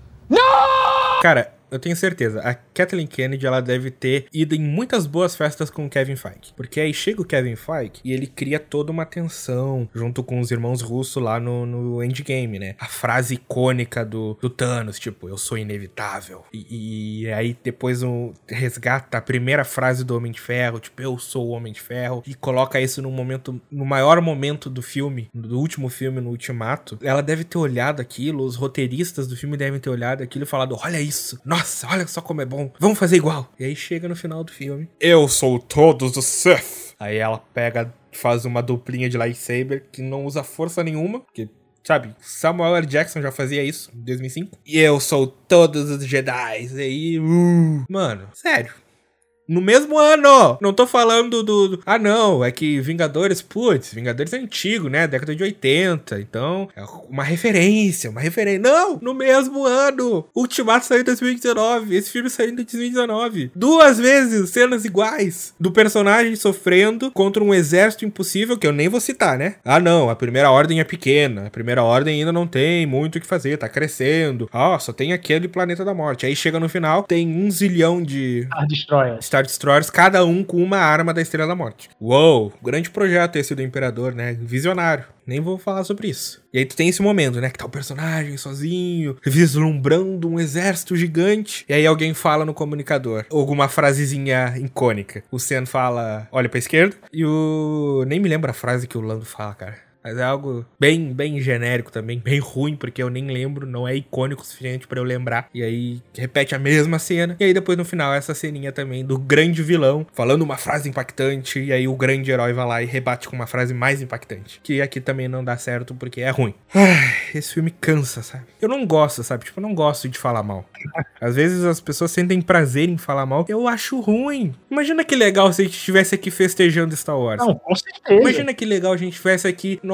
No! Cara, eu tenho certeza, a Kathleen Kennedy, ela deve ter ido em muitas boas festas com o Kevin Feige. Porque aí chega o Kevin Feige e ele cria toda uma tensão junto com os irmãos russos lá no, no Endgame, né? A frase icônica do, do Thanos, tipo, eu sou inevitável. E, e aí depois um, resgata a primeira frase do Homem de Ferro, tipo, eu sou o Homem de Ferro. E coloca isso no momento, no maior momento do filme, do último filme, no Ultimato. Ela deve ter olhado aquilo, os roteiristas do filme devem ter olhado aquilo e falado, olha isso, nossa, olha só como é bom. Vamos fazer igual. E aí chega no final do filme. Eu sou todos os Sith. Aí ela pega, faz uma duplinha de lightsaber que não usa força nenhuma. Porque, sabe, Samuel L. Jackson já fazia isso em dois mil e cinco. E eu sou todos os Jedi. E aí, uh, mano, sério. No mesmo ano! Não tô falando do, do... Ah, não, é que Vingadores... Putz, Vingadores é antigo, né? Década de oitenta. Então, é uma referência, uma referência... Não! No mesmo ano! Ultimato saiu em dois mil e dezenove. Esse filme saiu em dois mil e dezenove. Duas vezes cenas iguais. Do personagem sofrendo contra um exército impossível, que eu nem vou citar, né? Ah, não, a Primeira Ordem é pequena. A Primeira Ordem ainda não tem muito o que fazer. Tá crescendo. Ah, só tem aquele Planeta da Morte. Aí chega no final, tem um zilhão de... Star Destroyers. Star Destroyers, cada um com uma arma da Estrela da Morte. Uou, grande projeto esse do Imperador, né? Visionário. Nem vou falar sobre isso. E aí tu tem esse momento, né? Que tá o personagem sozinho, vislumbrando um exército gigante. E aí alguém fala no comunicador. Alguma frasezinha icônica. O Sen fala, olha pra esquerda. E o... Nem me lembro a frase que o Lando fala, cara. Mas é algo bem, bem genérico também, bem ruim, porque eu nem lembro, não é icônico o suficiente pra eu lembrar. E aí repete a mesma cena. E aí depois no final essa ceninha também do grande vilão falando uma frase impactante. E aí o grande herói vai lá e rebate com uma frase mais impactante. Que aqui também não dá certo porque é ruim. Ai, esse filme cansa, sabe? Eu não gosto, sabe? Tipo, eu não gosto de falar mal. Às vezes as pessoas sentem prazer em falar mal. Eu acho ruim. Imagina que legal se a gente estivesse aqui festejando Star Wars. Não, com certeza. Imagina que legal a gente estivesse aqui...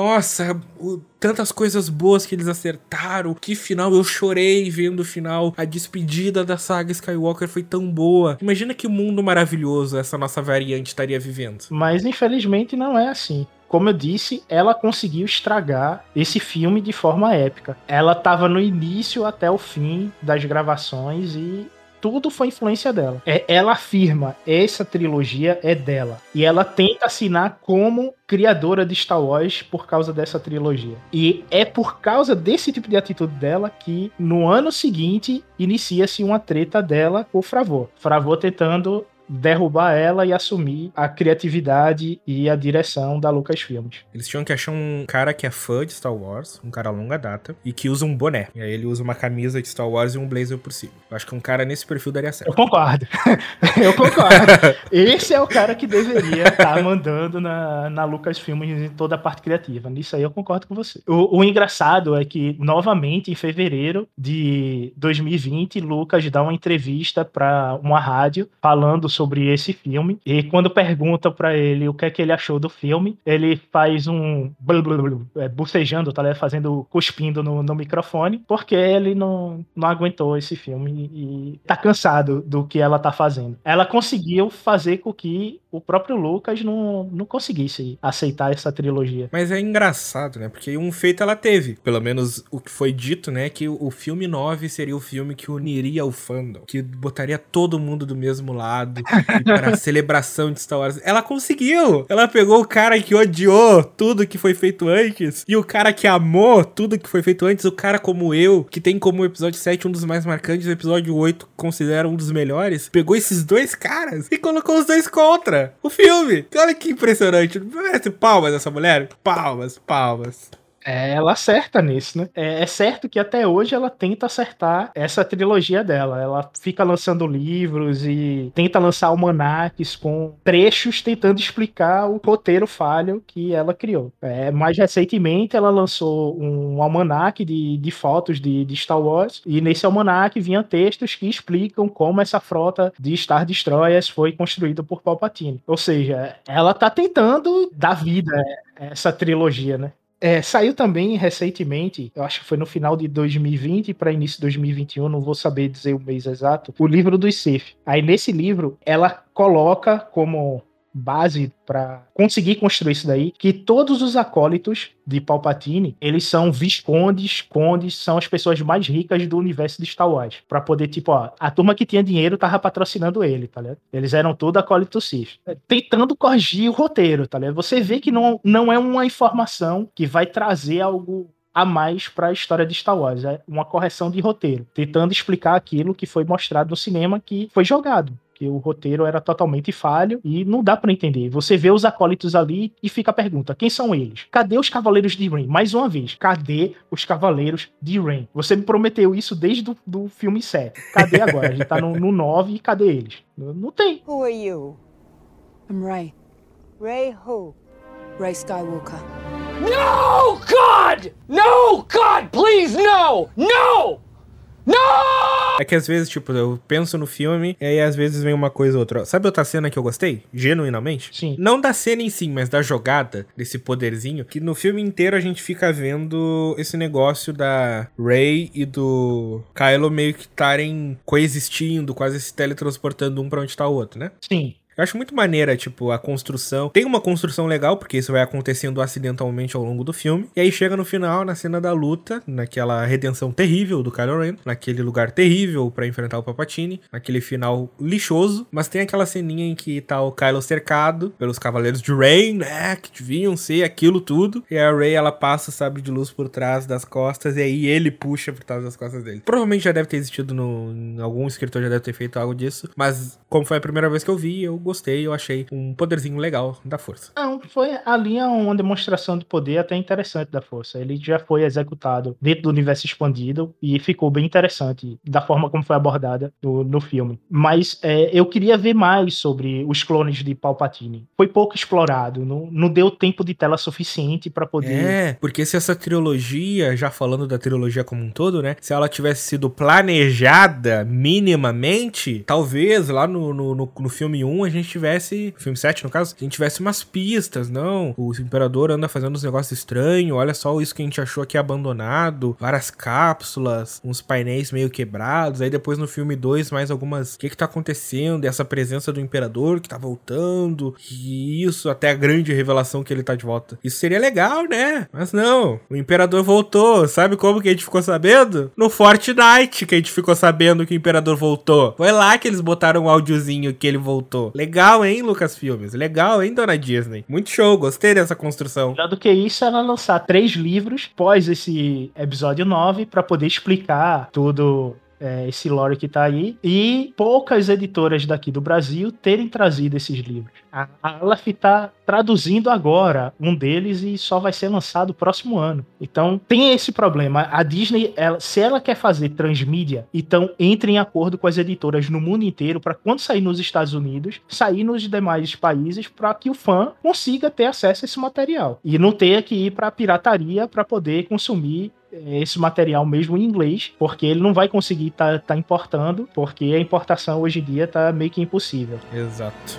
nossa, o, tantas coisas boas que eles acertaram, que final, eu chorei vendo o final, a despedida da saga Skywalker foi tão boa. Imagina que mundo maravilhoso essa nossa variante estaria vivendo. Mas infelizmente não é assim. Como eu disse, ela conseguiu estragar esse filme de forma épica. Ela estava no início até o fim das gravações e tudo foi influência dela. É, ela afirma, essa trilogia é dela. E ela tenta assinar como criadora de Star Wars por causa dessa trilogia. E é por causa desse tipo de atitude dela que no ano seguinte inicia-se uma treta dela com o Favreau. Favreau tentando derrubar ela e assumir a criatividade e a direção da Lucasfilms. Eles tinham que achar um cara que é fã de Star Wars, um cara a longa data, e que usa um boné. E aí ele usa uma camisa de Star Wars e um blazer por cima. Eu acho que um cara nesse perfil daria certo. Eu concordo. Eu concordo. Esse é o cara que deveria estar mandando na, na Lucasfilms em toda a parte criativa. Nisso aí eu concordo com você. O, o engraçado é que, novamente, em fevereiro de dois mil e vinte, Lucas dá uma entrevista para uma rádio falando sobre sobre esse filme, e quando pergunta pra ele o que é que ele achou do filme, ele faz um blu, blu, blu, é, bucejando, tá ligado? Fazendo, cuspindo no, no microfone, porque ele não, não aguentou esse filme e tá cansado do que ela tá fazendo. Ela conseguiu fazer com que o próprio Lucas não, não conseguisse aceitar essa trilogia. Mas é engraçado, né? Porque um feito ela teve. Pelo menos o que foi dito, né? Que o filme nove seria o filme que uniria o fandom, que botaria todo mundo do mesmo lado para a celebração de Star Wars. Ela conseguiu! Ela pegou o cara que odiou tudo que foi feito antes e o cara que amou tudo que foi feito antes, o cara como eu, que tem como o episódio sete um dos mais marcantes, o episódio oito considera um dos melhores, pegou esses dois caras e colocou os dois contra o filme. Olha que impressionante. Merece palmas essa mulher? Palmas, palmas. É, ela acerta nisso, né? É, é certo que até hoje ela tenta acertar essa trilogia dela. Ela fica lançando livros e tenta lançar almanaques com trechos tentando explicar o roteiro falho que ela criou. É, mais recentemente ela lançou um almanaque de, de fotos de, de Star Wars, e nesse almanaque vinha textos que explicam como essa frota de Star Destroyers foi construída por Palpatine. Ou seja, ela tá tentando dar vida a essa trilogia, né? É, saiu também recentemente, eu acho que foi no final de dois mil e vinte para início de dois mil e vinte e um, não vou saber dizer o mês exato, o livro dos Sith. Aí nesse livro, ela coloca como base para conseguir construir isso daí, que todos os acólitos de Palpatine, eles são viscondes, condes, são as pessoas mais ricas do universo de Star Wars. Pra poder, tipo, ó, a turma que tinha dinheiro tava patrocinando ele, tá ligado? Eles eram todos acólitos Sith. Tentando corrigir o roteiro, tá ligado? Você vê que não, não é uma informação que vai trazer algo a mais para a história de Star Wars. É uma correção de roteiro, tentando explicar aquilo que foi mostrado no cinema, que foi jogado. Que o roteiro era totalmente falho e não dá pra entender. Você vê os acólitos ali e fica a pergunta, quem são eles? Cadê os Cavaleiros de Ren? Mais uma vez, cadê os Cavaleiros de Ren? Você me prometeu isso desde do, do filme sete. Cadê agora? A gente tá no, no nove e cadê eles? Não, não tem. Who are you? I'm Rey. Rey who? Rey Skywalker. No, God! No, God, please, no! No! No! É que às vezes, tipo, eu penso no filme e aí às vezes vem uma coisa ou outra. Sabe outra cena que eu gostei? Genuinamente? Sim. Não da cena em si, mas da jogada, desse poderzinho, que no filme inteiro a gente fica vendo esse negócio da Rey e do Kylo meio que estarem coexistindo, quase se teletransportando um pra onde tá o outro, né? Sim. Eu acho muito maneira, tipo, a construção. Tem uma construção legal, porque isso vai acontecendo acidentalmente ao longo do filme. E aí chega no final, na cena da luta, naquela redenção terrível do Kylo Ren, naquele lugar terrível pra enfrentar o Palpatine, naquele final lixoso. Mas tem aquela ceninha em que tá o Kylo cercado pelos Cavaleiros de Rey, né, que deviam ser aquilo tudo. E a Rey, ela passa o sabre de luz por trás das costas, e aí ele puxa por trás das costas dele. Provavelmente já deve ter existido no... Em algum escritor já deve ter feito algo disso, mas como foi a primeira vez que eu vi, eu gostei, eu achei um poderzinho legal da força. Não, foi ali uma demonstração de poder até interessante da força. Ele já foi executado dentro do universo expandido e ficou bem interessante da forma como foi abordada no, no filme. Mas é, eu queria ver mais sobre os clones de Palpatine. Foi pouco explorado, não, não deu tempo de tela suficiente pra poder... É, porque se essa trilogia, já falando da trilogia como um todo, né, se ela tivesse sido planejada minimamente, talvez lá no, no, no, no filme um a gente tivesse, filme sete no caso, a gente tivesse umas pistas, não, o Imperador anda fazendo uns negócios estranhos, olha só isso que a gente achou aqui abandonado, várias cápsulas, uns painéis meio quebrados, aí depois no filme dois mais algumas, o que que tá acontecendo, essa presença do Imperador que tá voltando, e isso, até a grande revelação que ele tá de volta. Isso seria legal, né? Mas não, o Imperador voltou, sabe como que a gente ficou sabendo? No Fortnite que a gente ficou sabendo que o Imperador voltou. Foi lá que eles botaram um áudiozinho que ele voltou. Legal, hein, Lucasfilmes? Legal, hein, dona Disney? Muito show, gostei dessa construção. Melhor do que isso, ela lançar três livros pós esse episódio nove pra poder explicar tudo... É, esse lore que tá aí, e poucas editoras daqui do Brasil terem trazido esses livros. A Aleph tá traduzindo agora um deles e só vai ser lançado próximo ano. Então tem esse problema. A Disney, ela, se ela quer fazer transmídia, então entre em acordo com as editoras no mundo inteiro para quando sair nos Estados Unidos, sair nos demais países, para que o fã consiga ter acesso a esse material e não tenha que ir para pirataria para poder consumir esse material mesmo em inglês, porque ele não vai conseguir estar tá, tá importando, porque a importação hoje em dia tá meio que impossível. Exato.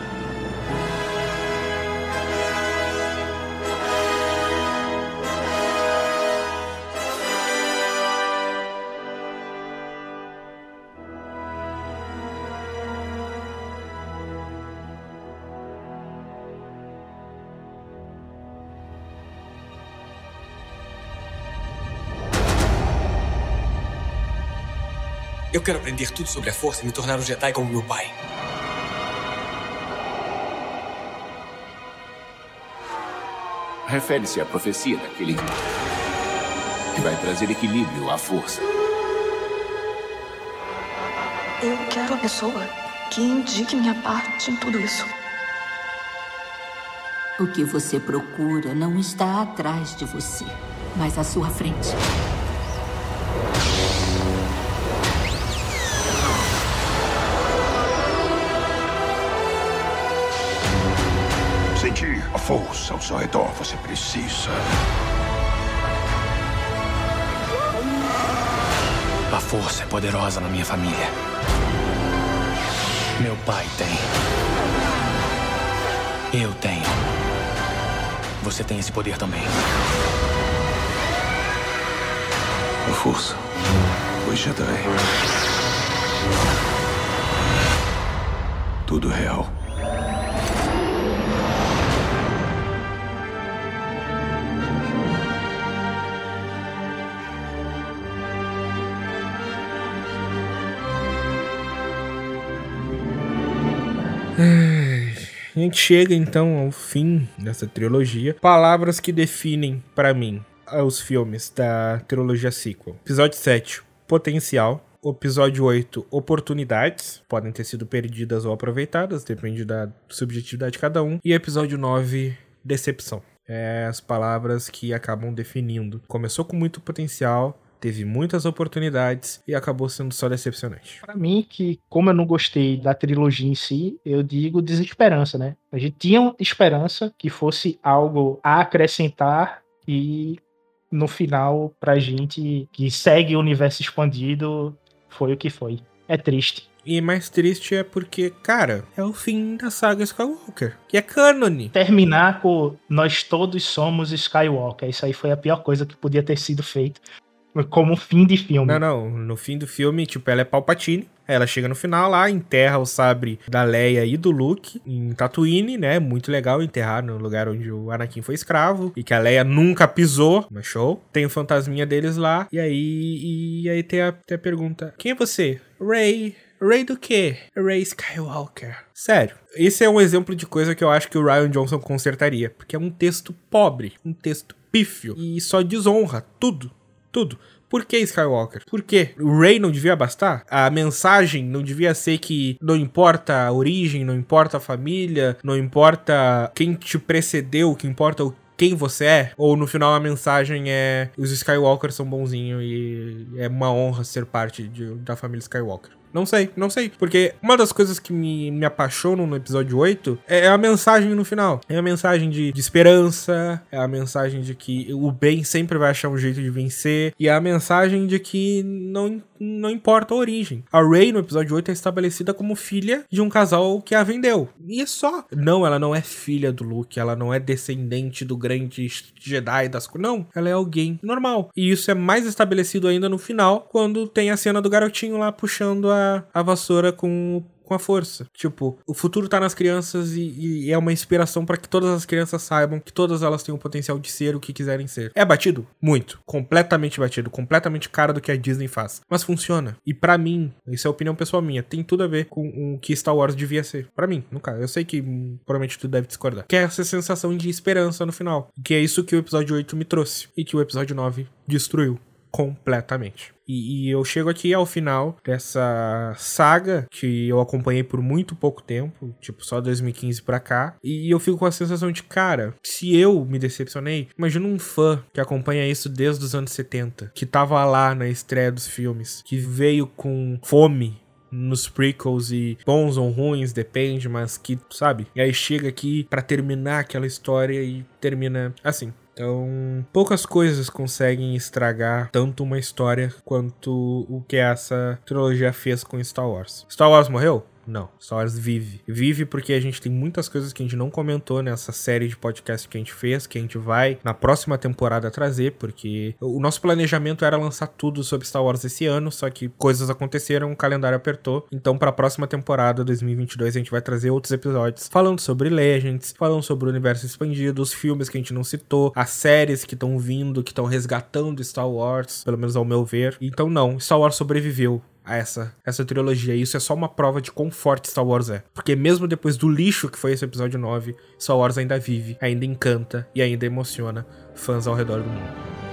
Eu quero aprender tudo sobre a força e me tornar um Jedi como meu pai. Refere-se à profecia daquele que vai trazer equilíbrio à força. Eu quero a pessoa que indique minha parte em tudo isso. O que você procura não está atrás de você, mas à sua frente. Sentir a força ao seu redor, você precisa. A força é poderosa na minha família. Meu pai tem. Eu tenho. Você tem esse poder também. A força. Os Jedi. Tudo real. A gente chega então ao fim dessa trilogia. Palavras que definem pra mim os filmes da trilogia sequel. Episódio sete, potencial. Episódio oito, oportunidades. Podem ter sido perdidas ou aproveitadas, depende da subjetividade de cada um. E episódio nove, decepção. É as palavras que acabam definindo. Começou com muito potencial, teve muitas oportunidades e acabou sendo só decepcionante. Pra mim, que como eu não gostei da trilogia em si, eu digo desesperança, né? A gente tinha esperança que fosse algo a acrescentar e no final, pra gente que segue o universo expandido, foi o que foi. É triste. E mais triste é porque, cara, é o fim da saga Skywalker, que é cânone. Terminar com nós todos somos Skywalker, isso aí foi a pior coisa que podia ter sido feito. Como um fim de filme. Não, não. No fim do filme, tipo, ela é Palpatine. Ela chega no final lá, enterra o sabre da Leia e do Luke em Tatooine, né? Muito legal enterrar no lugar onde o Anakin foi escravo. E que a Leia nunca pisou. Mas show. Tem o fantasminha deles lá. E aí, e aí tem, a, tem a pergunta. Quem é você? Rey. Rey do quê? Rey Skywalker. Sério. Esse é um exemplo de coisa que eu acho que o Rian Johnson consertaria. Porque é um texto pobre. Um texto pífio. E só desonra tudo. Tudo. Por que Skywalker? Por quê? O Rey não devia bastar? A mensagem não devia ser que não importa a origem, não importa a família, não importa quem te precedeu, o que importa o quem você é? Ou no final a mensagem é os Skywalkers são bonzinhos e é uma honra ser parte de, da família Skywalker. Não sei, não sei. Porque uma das coisas que me, me apaixonam no episódio oito é a mensagem no final. É a mensagem de, de esperança, é a mensagem de que o bem sempre vai achar um jeito de vencer, e é a mensagem de que não, não importa a origem. A Rey no episódio oito é estabelecida como filha de um casal que a vendeu. E é só. Não, ela não é filha do Luke, ela não é descendente do grande Jedi das coisas. Não, ela é alguém normal. E isso é mais estabelecido ainda no final, quando tem a cena do garotinho lá puxando a, a vassoura com com a força. Tipo, o futuro tá nas crianças e, e é uma inspiração pra que todas as crianças saibam que todas elas têm o potencial de ser o que quiserem ser. É batido? Muito. Completamente batido. Completamente cara do que a Disney faz. Mas funciona. E pra mim, isso é opinião pessoal minha, tem tudo a ver com o que Star Wars devia ser. Pra mim, no caso. Eu sei que hum, provavelmente tu deve discordar. Que é essa sensação de esperança no final. Que é isso que o episódio oito me trouxe. E que o episódio nove destruiu. Completamente. E, e eu chego aqui ao final dessa saga que eu acompanhei por muito pouco tempo, tipo só dois mil e quinze pra cá, e eu fico com a sensação de, cara, se eu me decepcionei, imagina um fã que acompanha isso desde os anos setenta, que tava lá na estreia dos filmes, que veio com fome nos prequels e bons ou ruins, depende, mas que, sabe, e aí chega aqui pra terminar aquela história e termina assim. Então, poucas coisas conseguem estragar tanto uma história quanto o que essa trilogia fez com Star Wars. Star Wars morreu? Não, Star Wars vive. Vive porque a gente tem muitas coisas que a gente não comentou nessa série de podcast que a gente fez, que a gente vai na próxima temporada trazer, porque o nosso planejamento era lançar tudo sobre Star Wars esse ano, só que coisas aconteceram, o calendário apertou. Então, pra próxima temporada, dois mil e vinte e dois, a gente vai trazer outros episódios falando sobre Legends, falando sobre o universo expandido, os filmes que a gente não citou, as séries que estão vindo, que estão resgatando Star Wars, pelo menos ao meu ver. Então, não, Star Wars sobreviveu a essa, essa trilogia. Isso é só uma prova de quão forte Star Wars é. Porque mesmo depois do lixo que foi esse episódio nove, Star Wars ainda vive, ainda encanta e ainda emociona fãs ao redor do mundo.